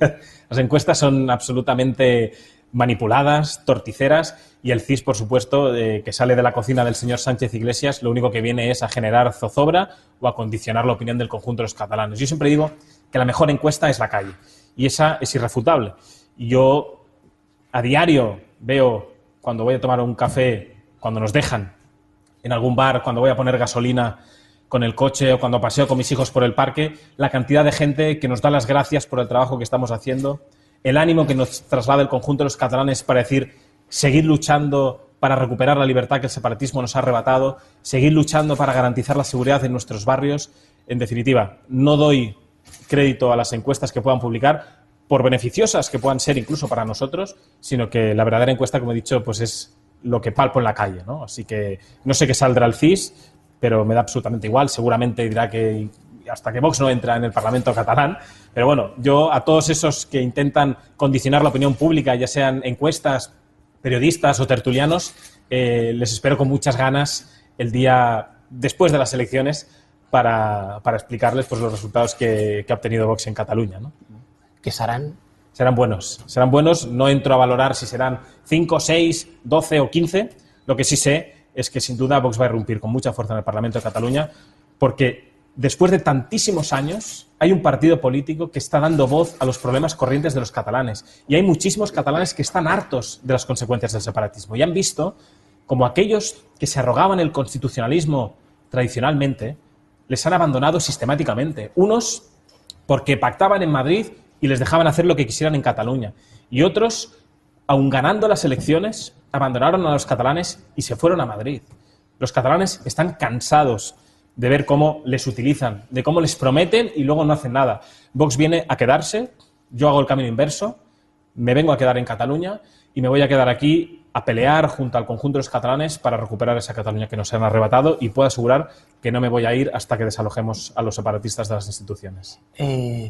Las encuestas son absolutamente manipuladas, torticeras, y el CIS, por supuesto, que sale de la cocina del señor Sánchez Iglesias, lo único que viene es a generar zozobra o a condicionar la opinión del conjunto de los catalanes. Yo siempre digo que la mejor encuesta es la calle, y esa es irrefutable. Y yo a diario veo, cuando voy a tomar un café, cuando nos dejan en algún bar, cuando voy a poner gasolina con el coche o cuando paseo con mis hijos por el parque, la cantidad de gente que nos da las gracias por el trabajo que estamos haciendo, el ánimo que nos traslada el conjunto de los catalanes para decir, seguir luchando para recuperar la libertad que el separatismo nos ha arrebatado, seguir luchando para garantizar la seguridad en nuestros barrios. En definitiva, no doy crédito a las encuestas que puedan publicar, por beneficiosas que puedan ser incluso para nosotros, sino que la verdadera encuesta, como he dicho, pues es lo que palpo en la calle, ¿no? Así que no sé qué saldrá el CIS, pero me da absolutamente igual. Seguramente dirá que hasta que Vox no entra en el Parlamento catalán. Pero bueno, yo a todos esos que intentan condicionar la opinión pública, ya sean encuestas, periodistas o tertulianos, les espero con muchas ganas el día después de las elecciones para explicarles pues, los resultados que ha obtenido Vox en Cataluña, ¿no? ¿Qué serán? Serán buenos. No entro a valorar si serán 5, 6, 12 o 15. Lo que sí sé es que sin duda Vox va a irrumpir con mucha fuerza en el Parlamento de Cataluña, porque después de tantísimos años hay un partido político que está dando voz a los problemas corrientes de los catalanes, y hay muchísimos catalanes que están hartos de las consecuencias del separatismo y han visto como aquellos que se arrogaban el constitucionalismo tradicionalmente les han abandonado sistemáticamente. Unos porque pactaban en Madrid y les dejaban hacer lo que quisieran en Cataluña, y otros, aun ganando las elecciones, abandonaron a los catalanes y se fueron a Madrid. Los catalanes están cansados de ver cómo les utilizan, de cómo les prometen y luego no hacen nada. Vox viene a quedarse, yo hago el camino inverso, me vengo a quedar en Cataluña y me voy a quedar aquí a pelear junto al conjunto de los catalanes para recuperar esa Cataluña que nos han arrebatado, y puedo asegurar que no me voy a ir hasta que desalojemos a los separatistas de las instituciones.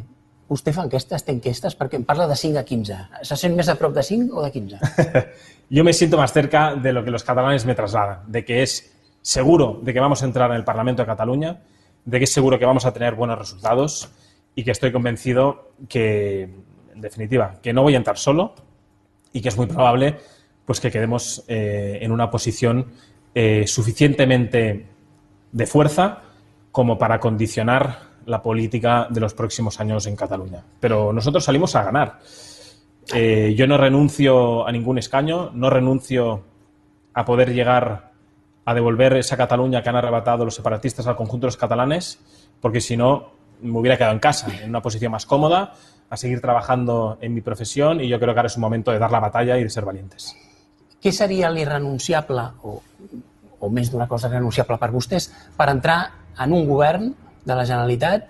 vostè fa enquestes, té enquestes, perquè em parla de 5 a 15. Se sent més a prop de 5 o de 15? Yo me siento más cerca de lo que los catalanes me trasladan, de que es seguro de que vamos a entrar en el Parlamento de Cataluña, de que es seguro que vamos a tener buenos resultados y que estoy convencido que, en definitiva, que no voy a entrar solo y que es muy probable pues que quedemos en una posición suficientemente de fuerza como para condicionar la política de los próximos años en Cataluña. Pero nosotros salimos a ganar. Yo no renuncio a ningún escaño, no renuncio a poder llegar a devolver esa Cataluña que han arrebatado los separatistas al conjunto de los catalanes, porque si no me hubiera quedado en casa, en una posición más cómoda, a seguir trabajando en mi profesión, y yo creo que ahora es un momento de dar la batalla y de ser valientes. Què seria l'irrenunciable, o més d'una cosa renunciable per vostès, per entrar en un govern de la Generalitat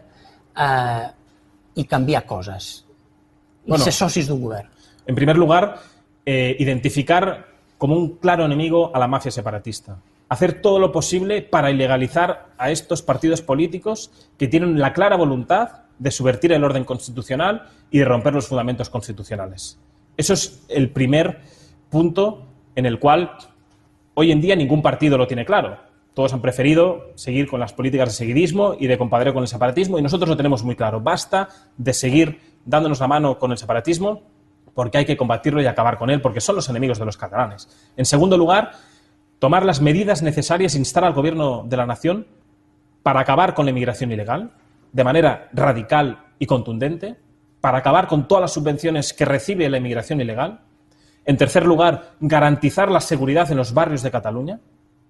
i canviar coses? Y ser socis d'un govern. En primer lugar, identificar como un claro enemigo a la mafia separatista. Hacer todo lo posible para ilegalizar a estos partidos políticos que tienen la clara voluntad de subvertir el orden constitucional y de romper los fundamentos constitucionales. Eso es el primer punto en el cual hoy en día ningún partido lo tiene claro. Todos han preferido seguir con las políticas de seguidismo y de compadreo con el separatismo, y nosotros lo tenemos muy claro. Basta de seguir dándonos la mano con el separatismo, porque hay que combatirlo y acabar con él, porque son los enemigos de los catalanes. En segundo lugar, tomar las medidas necesarias e instar al Gobierno de la Nación para acabar con la inmigración ilegal, de manera radical y contundente, para acabar con todas las subvenciones que recibe la inmigración ilegal. En tercer lugar, garantizar la seguridad en los barrios de Cataluña.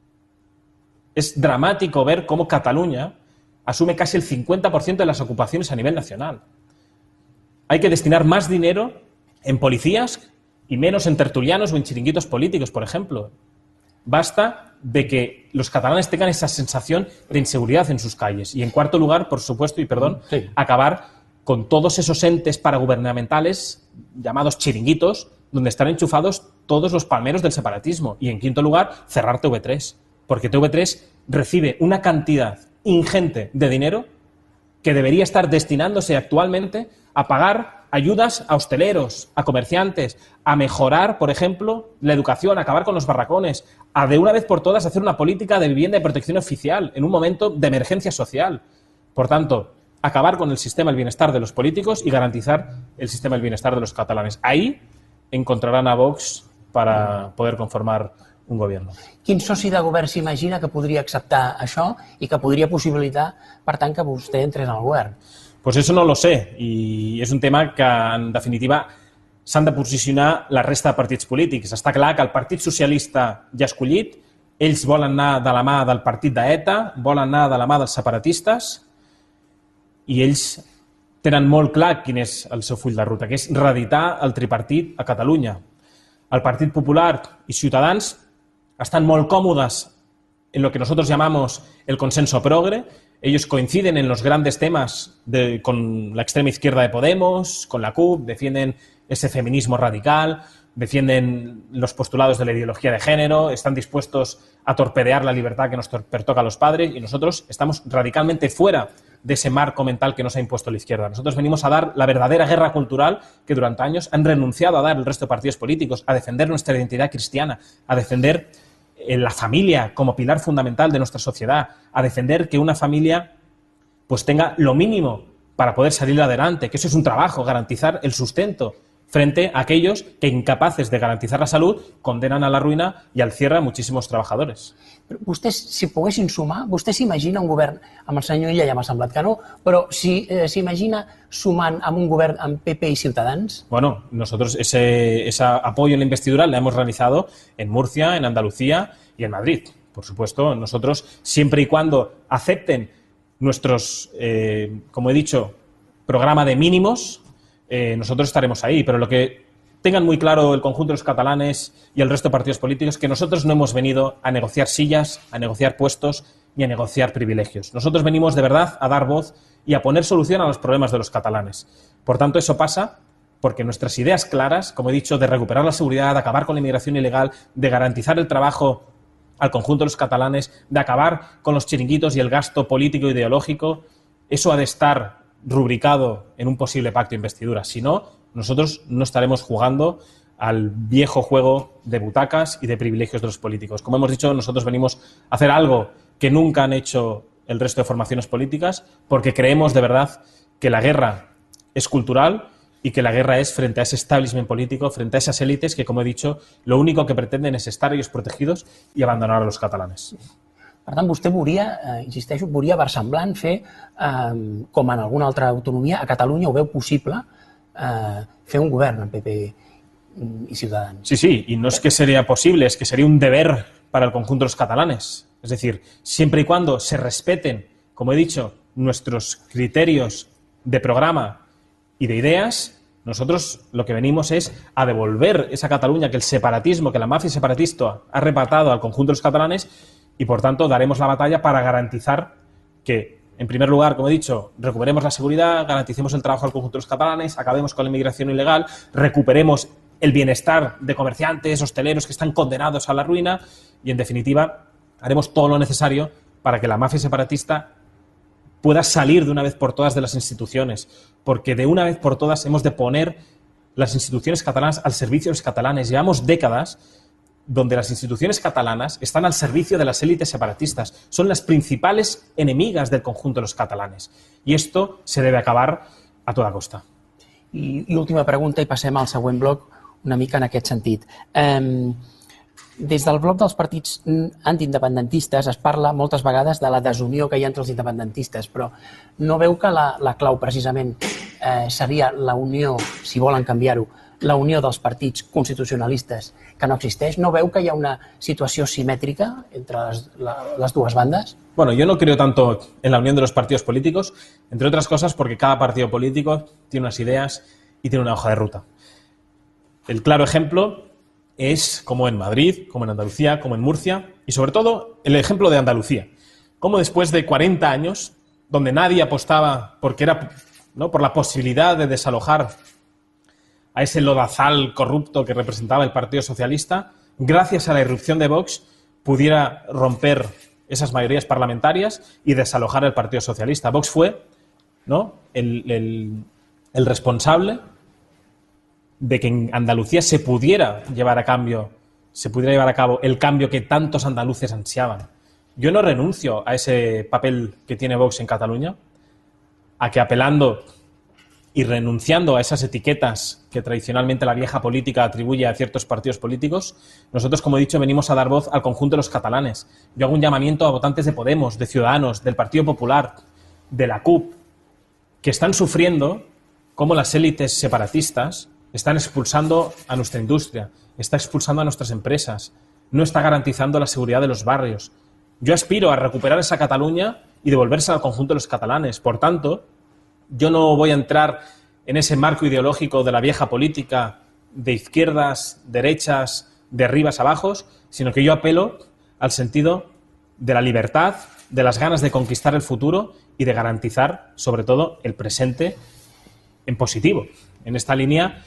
Es dramático ver cómo Cataluña asume casi el 50% de las ocupaciones a nivel nacional. Hay que destinar más dinero en policías y menos en tertulianos o en chiringuitos políticos, por ejemplo. Basta de que los catalanes tengan esa sensación de inseguridad en sus calles. Y en cuarto lugar, por supuesto, acabar con todos esos entes paragubernamentales llamados chiringuitos, donde están enchufados todos los palmeros del separatismo. Y en quinto lugar, cerrar TV3. Porque TV3 recibe una cantidad ingente de dinero que debería estar destinándose actualmente a pagar ayudas a hosteleros, a comerciantes, a mejorar, por ejemplo, la educación, a acabar con los barracones, a de una vez por todas hacer una política de vivienda y protección oficial en un momento de emergencia social. Por tanto, acabar con el sistema del bienestar de los políticos y garantizar el sistema del bienestar de los catalanes. Ahí encontrarán a Vox para poder conformar un gobierno. Quin soci de govern s'imagina que podria acceptar això i que podria possibilitar, per tant, que vostè entrés al govern? Pues eso no lo sé, y es un tema que, en definitiva, s'han de posicionar la resta de partits polítics. Està clar que el Partit Socialista ja ha escollit, ells volen anar de la mà del partit d'ETA, volen anar de la mà dels separatistes, i ells tenen molt clar quin és el seu full de ruta, que és reeditar el tripartit a Catalunya. El Partit Popular i Ciutadans están muy cómodas en lo que nosotros llamamos el consenso progre. Ellos coinciden en los grandes temas con la extrema izquierda de Podemos, con la CUP, defienden ese feminismo radical, defienden los postulados de la ideología de género, están dispuestos a torpedear la libertad que nos pertoca a los padres, y nosotros estamos radicalmente fuera de ese marco mental que nos ha impuesto la izquierda. Nosotros venimos a dar la verdadera guerra cultural que durante años han renunciado a dar el resto de partidos políticos, a defender nuestra identidad cristiana, a defender la familia como pilar fundamental de nuestra sociedad, a defender que una familia pues tenga lo mínimo para poder salir adelante, que eso es un trabajo, garantizar el sustento frente a aquellos que, incapaces de garantizar la salud, condenan a la ruïna i al cierre a muchísimos trabajadores. Però vostès, si poguessin sumar, vostè s'imagina un govern, amb el senyor Illa ja m'ha semblat que no, però si s'imagina sumant amb un govern amb PP i Ciutadans? Bueno, nosotros ese apoyo en la investidura lo hemos realizado en Murcia, en Andalucía y en Madrid. Por supuesto, nosotros, siempre y cuando acepten nuestros, como he dicho, programa de mínimos, nosotros estaremos ahí, pero lo que tengan muy claro el conjunto de los catalanes y el resto de partidos políticos es que nosotros no hemos venido a negociar sillas, a negociar puestos ni a negociar privilegios. Nosotros venimos de verdad a dar voz y a poner solución a los problemas de los catalanes. Por tanto, eso pasa porque nuestras ideas claras, como he dicho, de recuperar la seguridad, de acabar con la inmigración ilegal, de garantizar el trabajo al conjunto de los catalanes, de acabar con los chiringuitos y el gasto político e ideológico, eso ha de estar rubricado en un posible pacto de investidura. Si no, nosotros no estaremos jugando al viejo juego de butacas y de privilegios de los políticos. Como hemos dicho, nosotros venimos a hacer algo que nunca han hecho el resto de formaciones políticas, porque creemos de verdad que la guerra es cultural y que la guerra es frente a ese establishment político, frente a esas élites que, como he dicho, lo único que pretenden es estar ellos protegidos y abandonar a los catalanes. Per tant, vostè volia, insisteixo, volia versemblant fer, com en alguna altra autonomia, a Catalunya ho veu possible fer un govern en PP y Ciudadanos. Sí, y no es que sería posible, es que sería un deber para el conjunto de los catalanes. Es decir, siempre y cuando se respeten, como he dicho, nuestros criterios de programa y de ideas, nosotros lo que venimos es a devolver esa Cataluña que el separatismo, que la mafia separatista ha arrebatado al conjunto de los catalanes, y por tanto daremos la batalla para garantizar que, en primer lugar, como he dicho, recuperemos la seguridad, garanticemos el trabajo al conjunto de los catalanes, acabemos con la inmigración ilegal, recuperemos el bienestar de comerciantes, hosteleros que están condenados a la ruina y, en definitiva, haremos todo lo necesario para que la mafia separatista pueda salir de una vez por todas de las instituciones, porque de una vez por todas hemos de poner las instituciones catalanas al servicio de los catalanes. Llevamos décadas donde las instituciones catalanas están al servicio de las élites separatistas. Son las principales enemigas del conjunto de los catalanes. I esto se debe acabar a toda costa. I última pregunta, i passem al següent bloc, una mica en aquest sentit. Des del bloc dels partits antiindependentistes es parla moltes vegades de la desunió que hi ha entre els independentistes, però no veu que la clau precisament seria la unió, si volen canviar-ho, la unió dels partits constitucionalistes que no existeix? No veu que hi ha una situació simètrica entre les dues bandes? Bueno, yo no creo tanto en la unión de los partidos políticos, entre otras cosas porque cada partido político tiene unas ideas y tiene una hoja de ruta. El claro ejemplo es como en Madrid, como en Andalucía, como en Murcia y sobre todo el ejemplo de Andalucía. Como después de 40 años, donde nadie apostaba porque era, ¿no?, por la posibilidad de desalojar a ese lodazal corrupto que representaba el Partido Socialista, gracias a la irrupción de Vox, pudiera romper esas mayorías parlamentarias y desalojar el Partido Socialista. Vox fue, ¿no?, el responsable de que en Andalucía se pudiera llevar a cabo el cambio que tantos andaluces ansiaban. Yo no renuncio a ese papel que tiene Vox en Cataluña, a que apelando y renunciando a esas etiquetas que tradicionalmente la vieja política atribuye a ciertos partidos políticos, nosotros, como he dicho, venimos a dar voz al conjunto de los catalanes. Yo hago un llamamiento a votantes de Podemos, de Ciudadanos, del Partido Popular, de la CUP, que están sufriendo cómo las élites separatistas están expulsando a nuestra industria, está expulsando a nuestras empresas, no está garantizando la seguridad de los barrios. Yo aspiro a recuperar esa Cataluña y devolvérsela al conjunto de los catalanes. Por tanto, yo no voy a entrar en ese marco ideológico de la vieja política de izquierdas, derechas, de arribas a abajos, sino que yo apelo al sentido de la libertad, de las ganas de conquistar el futuro y de garantizar, sobre todo, el presente en positivo. En esta línea,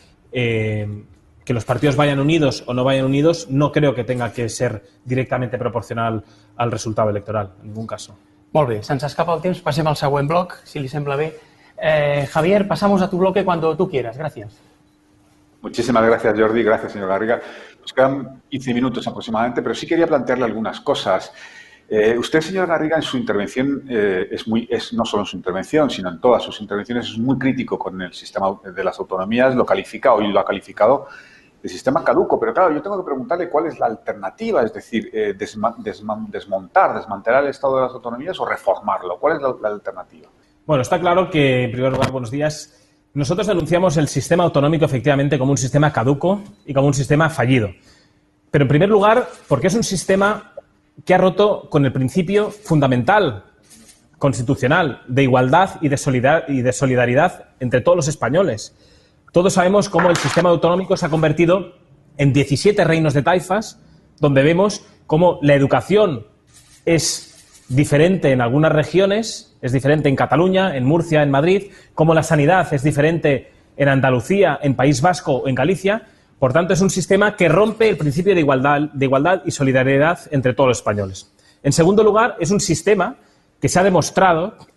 que los partidos vayan unidos o no vayan unidos, no creo que tenga que ser directamente proporcional al resultado electoral, en ningún caso. Molt bé, se'ns escapa el temps, passem al següent bloc, si li sembla bé. Javier, pasamos a tu bloque cuando tú quieras. Gracias. Muchísimas gracias, Jordi. Gracias, señor Garriga. Nos quedan 15 minutos aproximadamente, pero sí quería plantearle algunas cosas. Usted, señor Garriga, en su intervención, no solo en su intervención, sino en todas sus intervenciones, es muy crítico con el sistema de las autonomías, lo ha calificado de sistema caduco. Pero claro, yo tengo que preguntarle cuál es la alternativa, es decir, desmantelar el Estado de las autonomías o reformarlo. ¿Cuál es la alternativa? Bueno, está claro que, en primer lugar, buenos días, nosotros denunciamos el sistema autonómico efectivamente como un sistema caduco y como un sistema fallido. Pero, en primer lugar, porque es un sistema que ha roto con el principio fundamental, constitucional, de igualdad y de solidaridad entre todos los españoles. Todos sabemos cómo el sistema autonómico se ha convertido en 17 reinos de taifas, donde vemos cómo la educación es diferente en algunas regiones, es diferente en Cataluña, en Murcia, en Madrid, cómo la sanidad es diferente en Andalucía, en País Vasco o en Galicia. Por tanto, es un sistema que rompe el principio de igualdad y solidaridad entre todos los españoles. En segundo lugar, es un sistema que se ha demostrado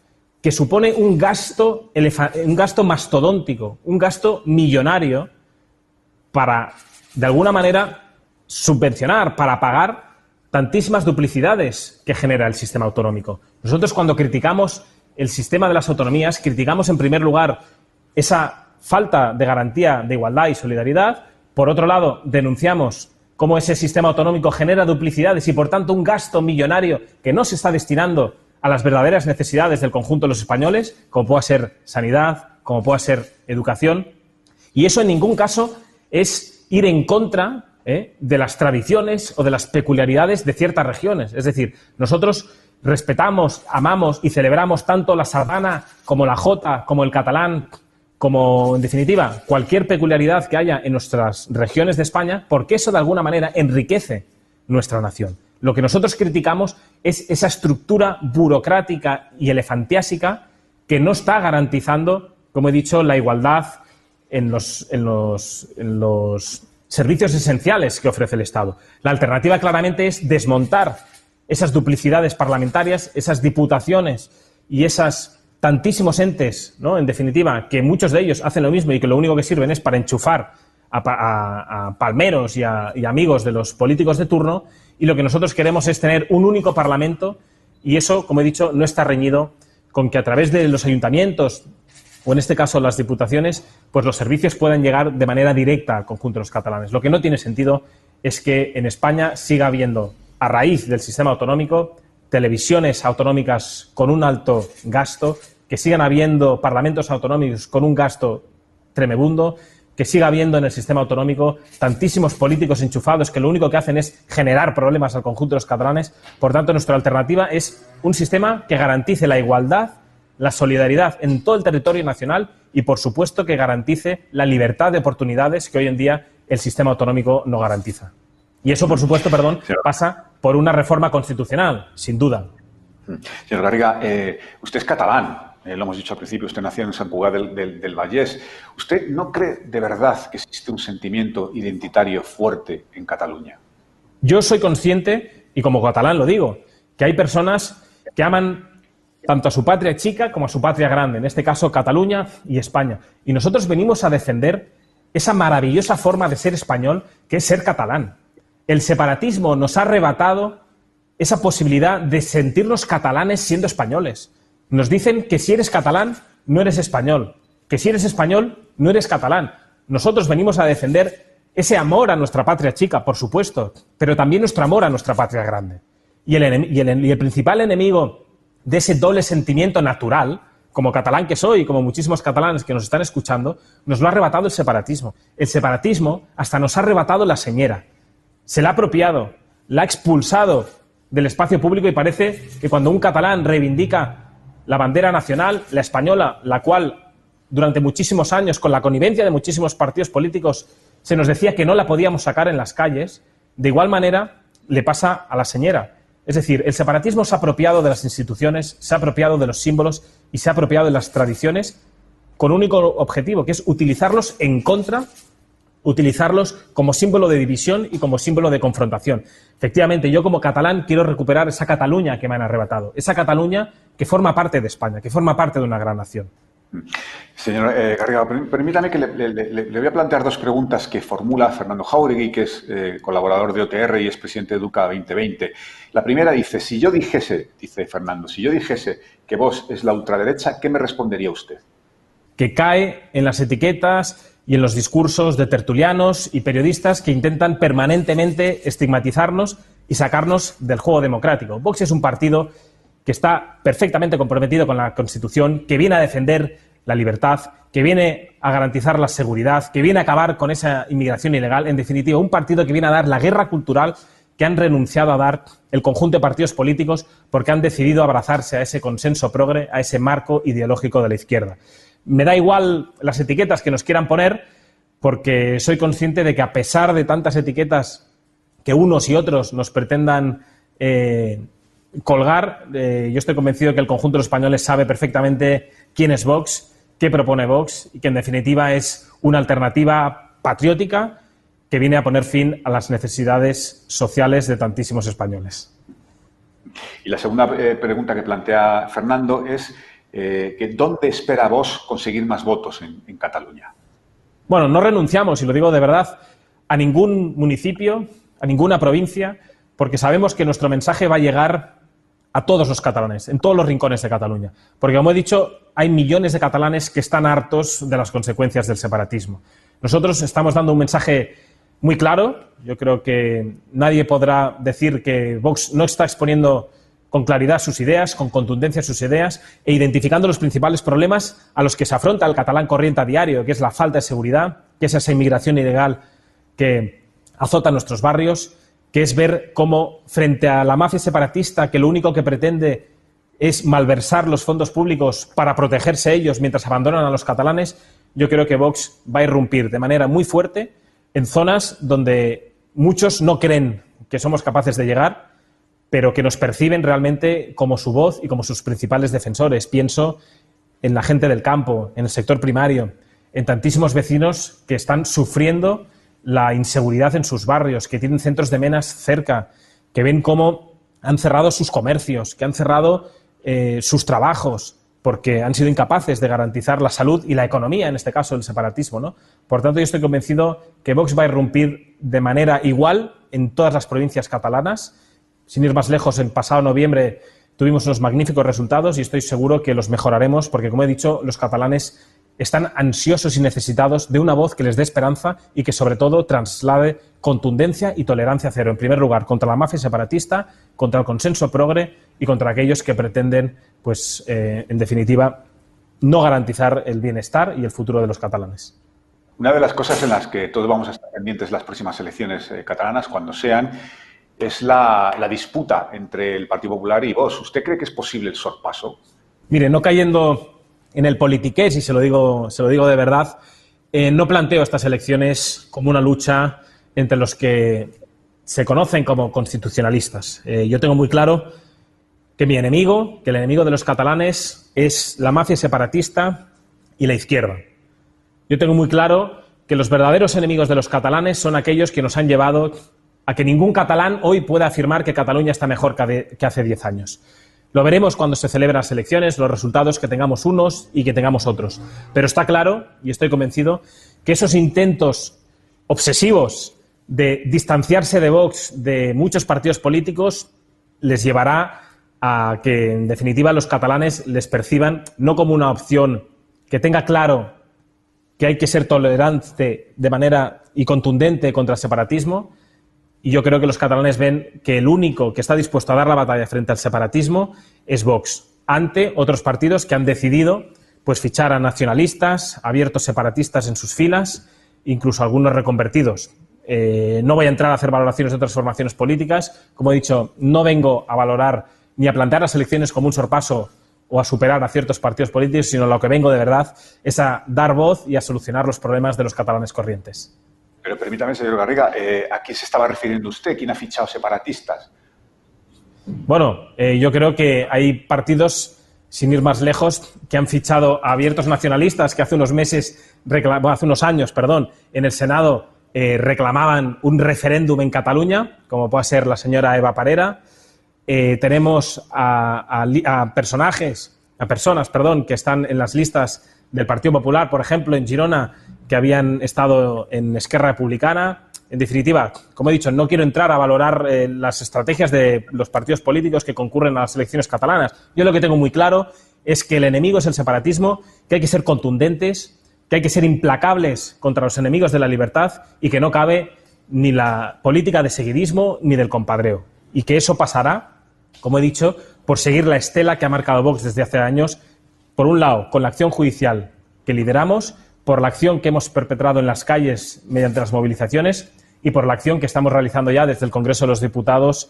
que supone un gasto mastodóntico, un gasto millonario para, de alguna manera, subvencionar, para pagar tantísimas duplicidades que genera el sistema autonómico. Nosotros, cuando criticamos el sistema de las autonomías, criticamos en primer lugar esa falta de garantía de igualdad y solidaridad. Por otro lado, denunciamos cómo ese sistema autonómico genera duplicidades y, por tanto, un gasto millonario que no se está destinando a las verdaderas necesidades del conjunto de los españoles, como pueda ser sanidad, como pueda ser educación. Y eso en ningún caso es ir en contra de las tradiciones o de las peculiaridades de ciertas regiones. Es decir, nosotros respetamos, amamos y celebramos tanto la sardana como la jota, como el catalán, como, en definitiva, cualquier peculiaridad que haya en nuestras regiones de España, porque eso de alguna manera enriquece nuestra nación. Lo que nosotros criticamos es esa estructura burocrática y elefantiásica que no está garantizando, como he dicho, la igualdad en los servicios esenciales que ofrece el Estado. La alternativa claramente es desmontar esas duplicidades parlamentarias, esas diputaciones y esas tantísimos entes, ¿no?, en definitiva, que muchos de ellos hacen lo mismo y que lo único que sirven es para enchufar a palmeros y amigos de los políticos de turno, y lo que nosotros queremos es tener un único Parlamento, y eso, como he dicho, no está reñido con que a través de los ayuntamientos, o en este caso las diputaciones, pues los servicios puedan llegar de manera directa al conjunto de los catalanes. Lo que no tiene sentido es que en España siga habiendo, a raíz del sistema autonómico, televisiones autonómicas con un alto gasto, que sigan habiendo parlamentos autonómicos con un gasto tremebundo, que siga habiendo en el sistema autonómico tantísimos políticos enchufados que lo único que hacen es generar problemas al conjunto de los catalanes. Por tanto, nuestra alternativa es un sistema que garantice la igualdad, la solidaridad en todo el territorio nacional y, por supuesto, que garantice la libertad de oportunidades que hoy en día el sistema autonómico no garantiza. Y eso, por supuesto, pasa por una reforma constitucional, sin duda. Señor Garriga, usted es catalán, lo hemos dicho al principio, usted nació en Sant Cugat del Vallès. ¿Usted no cree de verdad que existe un sentimiento identitario fuerte en Cataluña? Yo soy consciente, y como catalán lo digo, que hay personas que aman tanto a su patria chica como a su patria grande, en este caso Cataluña y España. Y nosotros venimos a defender esa maravillosa forma de ser español que es ser catalán. El separatismo nos ha arrebatado esa posibilidad de sentirnos catalanes siendo españoles. Nos dicen que si eres catalán no eres español, que si eres español no eres catalán. Nosotros venimos a defender ese amor a nuestra patria chica, por supuesto, pero también nuestro amor a nuestra patria grande. Y el principal enemigo de ese doble sentimiento natural, como catalán que soy y como muchísimos catalanes que nos están escuchando, nos lo ha arrebatado el separatismo. El separatismo hasta nos ha arrebatado la señera. Se la ha apropiado, la ha expulsado del espacio público y parece que cuando un catalán reivindica la bandera nacional, la española, la cual durante muchísimos años, con la connivencia de muchísimos partidos políticos, se nos decía que no la podíamos sacar en las calles, de igual manera le pasa a la señera. Es decir, el separatismo se ha apropiado de las instituciones, se ha apropiado de los símbolos y se ha apropiado de las tradiciones con un único objetivo, que es utilizarlos en contra, utilizarlos como símbolo de división y como símbolo de confrontación. Efectivamente, yo como catalán quiero recuperar esa Cataluña que me han arrebatado, esa Cataluña que forma parte de España, que forma parte de una gran nación. Señor Garriga, permítame que le voy a plantear dos preguntas que formula Fernando Jáuregui, que es colaborador de OTR y es presidente de Educa 2020. La primera dice, dice Fernando, si yo dijese que Vox es la ultraderecha, ¿qué me respondería usted? Que cae en las etiquetas y en los discursos de tertulianos y periodistas que intentan permanentemente estigmatizarnos y sacarnos del juego democrático. Vox es un partido que está perfectamente comprometido con la Constitución, que viene a defender la libertad, que viene a garantizar la seguridad, que viene a acabar con esa inmigración ilegal. En definitiva, un partido que viene a dar la guerra cultural que han renunciado a dar el conjunto de partidos políticos porque han decidido abrazarse a ese consenso progre, a ese marco ideológico de la izquierda. Me da igual las etiquetas que nos quieran poner porque soy consciente de que a pesar de tantas etiquetas que unos y otros nos pretendan colgar, yo estoy convencido de que el conjunto de los españoles sabe perfectamente quién es Vox, qué propone Vox y que en definitiva es una alternativa patriótica que viene a poner fin a las necesidades sociales de tantísimos españoles. Y la segunda pregunta que plantea Fernando es ¿Dónde espera Vox conseguir más votos en Cataluña? Bueno, no renunciamos, y lo digo de verdad, a ningún municipio, a ninguna provincia, porque sabemos que nuestro mensaje va a llegar a todos los catalanes, en todos los rincones de Cataluña. Porque, como he dicho, hay millones de catalanes que están hartos de las consecuencias del separatismo. Nosotros estamos dando un mensaje muy claro. Yo creo que nadie podrá decir que Vox no está exponiendo con claridad sus ideas, con contundencia sus ideas, e identificando los principales problemas a los que se afronta el catalán corriente a diario, que es la falta de seguridad, que es esa inmigración ilegal que azota nuestros barrios, que es ver cómo, frente a la mafia separatista, que lo único que pretende es malversar los fondos públicos para protegerse ellos mientras abandonan a los catalanes, yo creo que Vox va a irrumpir de manera muy fuerte en zonas donde muchos no creen que somos capaces de llegar, pero que nos perciben realmente como su voz y como sus principales defensores. Pienso en la gente del campo, en el sector primario, en tantísimos vecinos que están sufriendo la inseguridad en sus barrios, que tienen centros de menas cerca, que ven cómo han cerrado sus comercios, que han cerrado sus trabajos, porque han sido incapaces de garantizar la salud y la economía, en este caso el separatismo, ¿no? Por tanto, yo estoy convencido que Vox va a irrumpir de manera igual en todas las provincias catalanas. Sin ir más lejos, en pasado noviembre tuvimos unos magníficos resultados y estoy seguro que los mejoraremos porque, como he dicho, los catalanes están ansiosos y necesitados de una voz que les dé esperanza y que, sobre todo, traslade contundencia y tolerancia cero. En primer lugar, contra la mafia separatista, contra el consenso progre y contra aquellos que pretenden, pues, en definitiva, no garantizar el bienestar y el futuro de los catalanes. Una de las cosas en las que todos vamos a estar pendientes las próximas elecciones catalanas, cuando sean, es la disputa entre el Partido Popular y Vox. ¿Usted cree que es posible el sorpaso? Mire, no cayendo en el politiqués, y se lo digo de verdad, no planteo estas elecciones como una lucha entre los que se conocen como constitucionalistas. Yo tengo muy claro que mi enemigo, que el enemigo de los catalanes es la mafia separatista y la izquierda. Yo tengo muy claro que los verdaderos enemigos de los catalanes son aquellos que nos han llevado a que ningún catalán hoy pueda afirmar que Cataluña está mejor que hace 10 años. Lo veremos cuando se celebren las elecciones, los resultados, que tengamos unos y que tengamos otros. Pero está claro, y estoy convencido, que esos intentos obsesivos de distanciarse de Vox de muchos partidos políticos les llevará a que, en definitiva, los catalanes les perciban no como una opción que tenga claro que hay que ser tolerante de manera y contundente contra el separatismo. Y yo creo que los catalanes ven que el único que está dispuesto a dar la batalla frente al separatismo es Vox, ante otros partidos que han decidido, pues, fichar a nacionalistas, abiertos separatistas en sus filas, incluso algunos reconvertidos. No voy a entrar a hacer valoraciones de otras formaciones políticas. Como he dicho, no vengo a valorar ni a plantear las elecciones como un sorpaso o a superar a ciertos partidos políticos, sino lo que vengo de verdad es a dar voz y a solucionar los problemas de los catalanes corrientes. Pero permítame, señor Garriga, ¿a quién se estaba refiriendo usted? ¿Quién ha fichado separatistas? Bueno, yo creo que hay partidos, sin ir más lejos, que han fichado a abiertos nacionalistas que hace unos años, en el Senado reclamaban un referéndum en Cataluña, como puede ser la señora Eva Parera. Tenemos a personas, que están en las listas del Partido Popular, por ejemplo, en Girona, que habían estado en Esquerra Republicana. En definitiva, como he dicho, no quiero entrar a valorar las estrategias de los partidos políticos que concurren a las elecciones catalanas. Yo lo que tengo muy claro es que el enemigo es el separatismo, que hay que ser contundentes, que hay que ser implacables contra los enemigos de la libertad y que no cabe ni la política de seguidismo ni del compadreo. Y que eso pasará, como he dicho, por seguir la estela que ha marcado Vox desde hace años, por un lado, con la acción judicial que lideramos, por la acción que hemos perpetrado en las calles mediante las movilizaciones y por la acción que estamos realizando ya desde el Congreso de los Diputados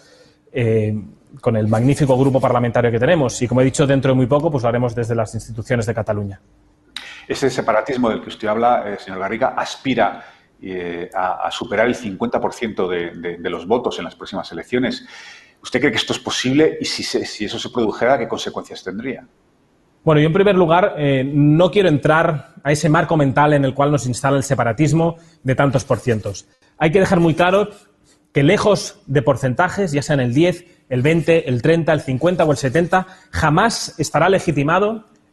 con el magnífico grupo parlamentario que tenemos. Y, como he dicho, dentro de muy poco pues lo haremos desde las instituciones de Cataluña. Ese separatismo del que usted habla, señor Garriga, aspira a superar el 50% de los votos en las próximas elecciones. ¿Usted cree que esto es posible? Y si eso se produjera, ¿qué consecuencias tendría? Bueno, yo en primer lugar no quiero entrar a ese marco mental en el cual nos instala el separatismo de tantos porcientos. Hay que dejar muy claro que, lejos de porcentajes, ya sean el 10, el 20, el 30, el 50 o el 70, jamás estará legitimado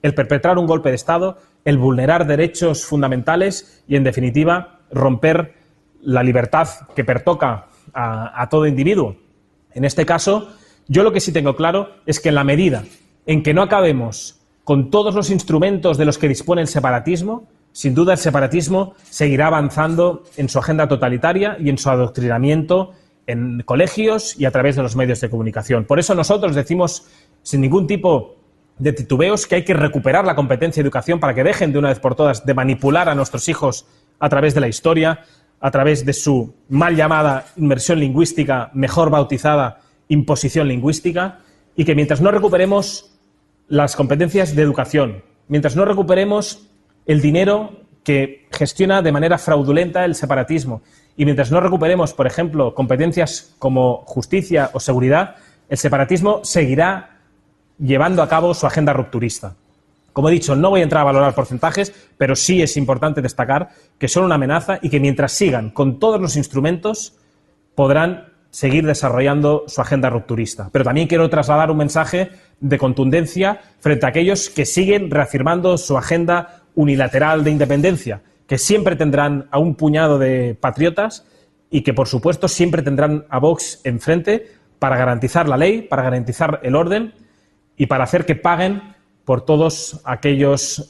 el perpetrar un golpe de Estado, el vulnerar derechos fundamentales y, en definitiva, romper la libertad que pertoca a todo individuo. En este caso, yo lo que sí tengo claro es que en la medida en que no acabemos con todos los instrumentos de los que dispone el separatismo, sin duda el separatismo seguirá avanzando en su agenda totalitaria y en su adoctrinamiento en colegios y a través de los medios de comunicación. Por eso nosotros decimos, sin ningún tipo de titubeos, que hay que recuperar la competencia de educación para que dejen de una vez por todas de manipular a nuestros hijos a través de la historia, a través de su mal llamada inmersión lingüística, mejor bautizada imposición lingüística, y que mientras no recuperemos las competencias de educación, mientras no recuperemos el dinero que gestiona de manera fraudulenta el separatismo, y mientras no recuperemos, por ejemplo, competencias como justicia o seguridad, el separatismo seguirá llevando a cabo su agenda rupturista. Como he dicho, no voy a entrar a valorar porcentajes, pero sí es importante destacar que son una amenaza y que mientras sigan con todos los instrumentos podrán seguir desarrollando su agenda rupturista. Pero también quiero trasladar un mensaje de contundencia frente a aquellos que siguen reafirmando su agenda unilateral de independencia, que siempre tendrán a un puñado de patriotas y que, por supuesto, siempre tendrán a Vox enfrente para garantizar la ley, para garantizar el orden y para hacer que paguen por todos aquellos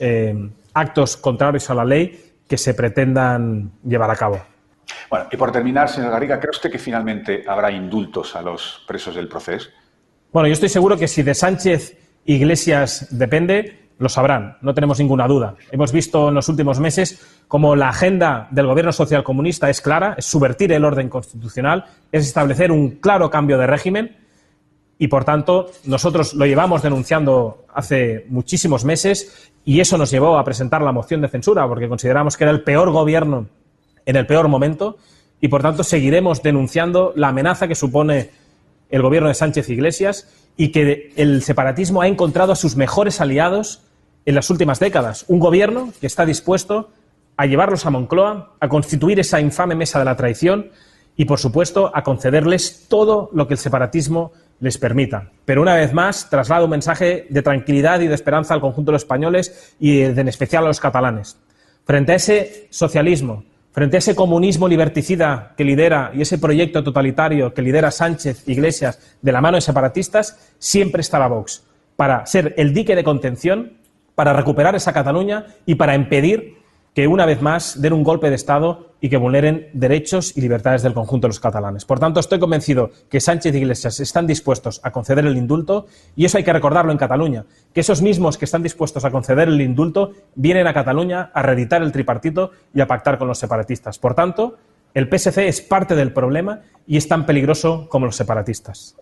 actos contrarios a la ley que se pretendan llevar a cabo. Bueno, y por terminar, señor Garriga, ¿cree usted que finalmente habrá indultos a los presos del Procés? Bueno, yo estoy seguro que si de Sánchez Iglesias depende, lo sabrán, no tenemos ninguna duda. Hemos visto en los últimos meses cómo la agenda del gobierno socialcomunista es clara, es subvertir el orden constitucional, es establecer un claro cambio de régimen y, por tanto, nosotros lo llevamos denunciando hace muchísimos meses y eso nos llevó a presentar la moción de censura porque consideramos que era el peor gobierno en el peor momento y, por tanto, seguiremos denunciando la amenaza que supone el gobierno de Sánchez Iglesias y que el separatismo ha encontrado a sus mejores aliados en las últimas décadas. Un gobierno que está dispuesto a llevarlos a Moncloa, a constituir esa infame mesa de la traición y, por supuesto, a concederles todo lo que el separatismo les permita. Pero, una vez más, traslado un mensaje de tranquilidad y de esperanza al conjunto de los españoles y, en especial, a los catalanes. Frente a ese socialismo, frente a ese comunismo liberticida que lidera y ese proyecto totalitario que lidera Sánchez Iglesias de la mano de separatistas, siempre estará Vox para ser el dique de contención, para recuperar esa Cataluña y para impedir que una vez más den un golpe de Estado y que vulneren derechos y libertades del conjunto de los catalanes. Por tanto, estoy convencido que Sánchez Iglesias están dispuestos a conceder el indulto y eso hay que recordarlo en Cataluña, que esos mismos que están dispuestos a conceder el indulto vienen a Cataluña a reeditar el tripartito y a pactar con los separatistas. Por tanto, el PSC es parte del problema y es tan peligroso como los separatistas.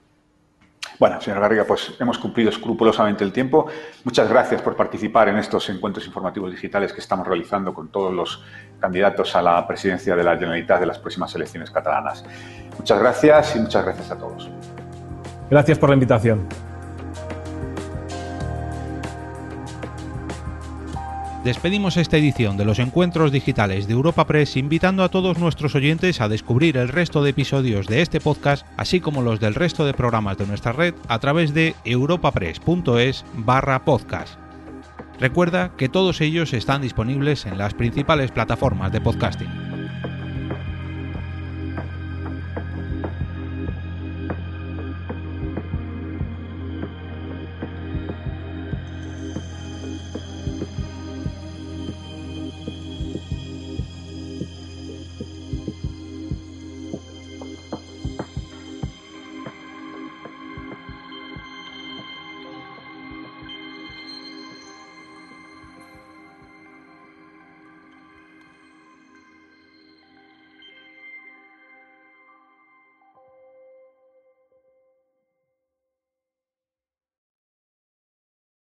Bueno, señor Garriga, pues hemos cumplido escrupulosamente el tiempo. Muchas gracias por participar en estos encuentros informativos digitales que estamos realizando con todos los candidatos a la presidencia de la Generalitat de las próximas elecciones catalanas. Muchas gracias y muchas gracias a todos. Gracias por la invitación. Despedimos esta edición de los encuentros digitales de Europa Press invitando a todos nuestros oyentes a descubrir el resto de episodios de este podcast, así como los del resto de programas de nuestra red a través de europapress.es/podcast. Recuerda que todos ellos están disponibles en las principales plataformas de podcasting.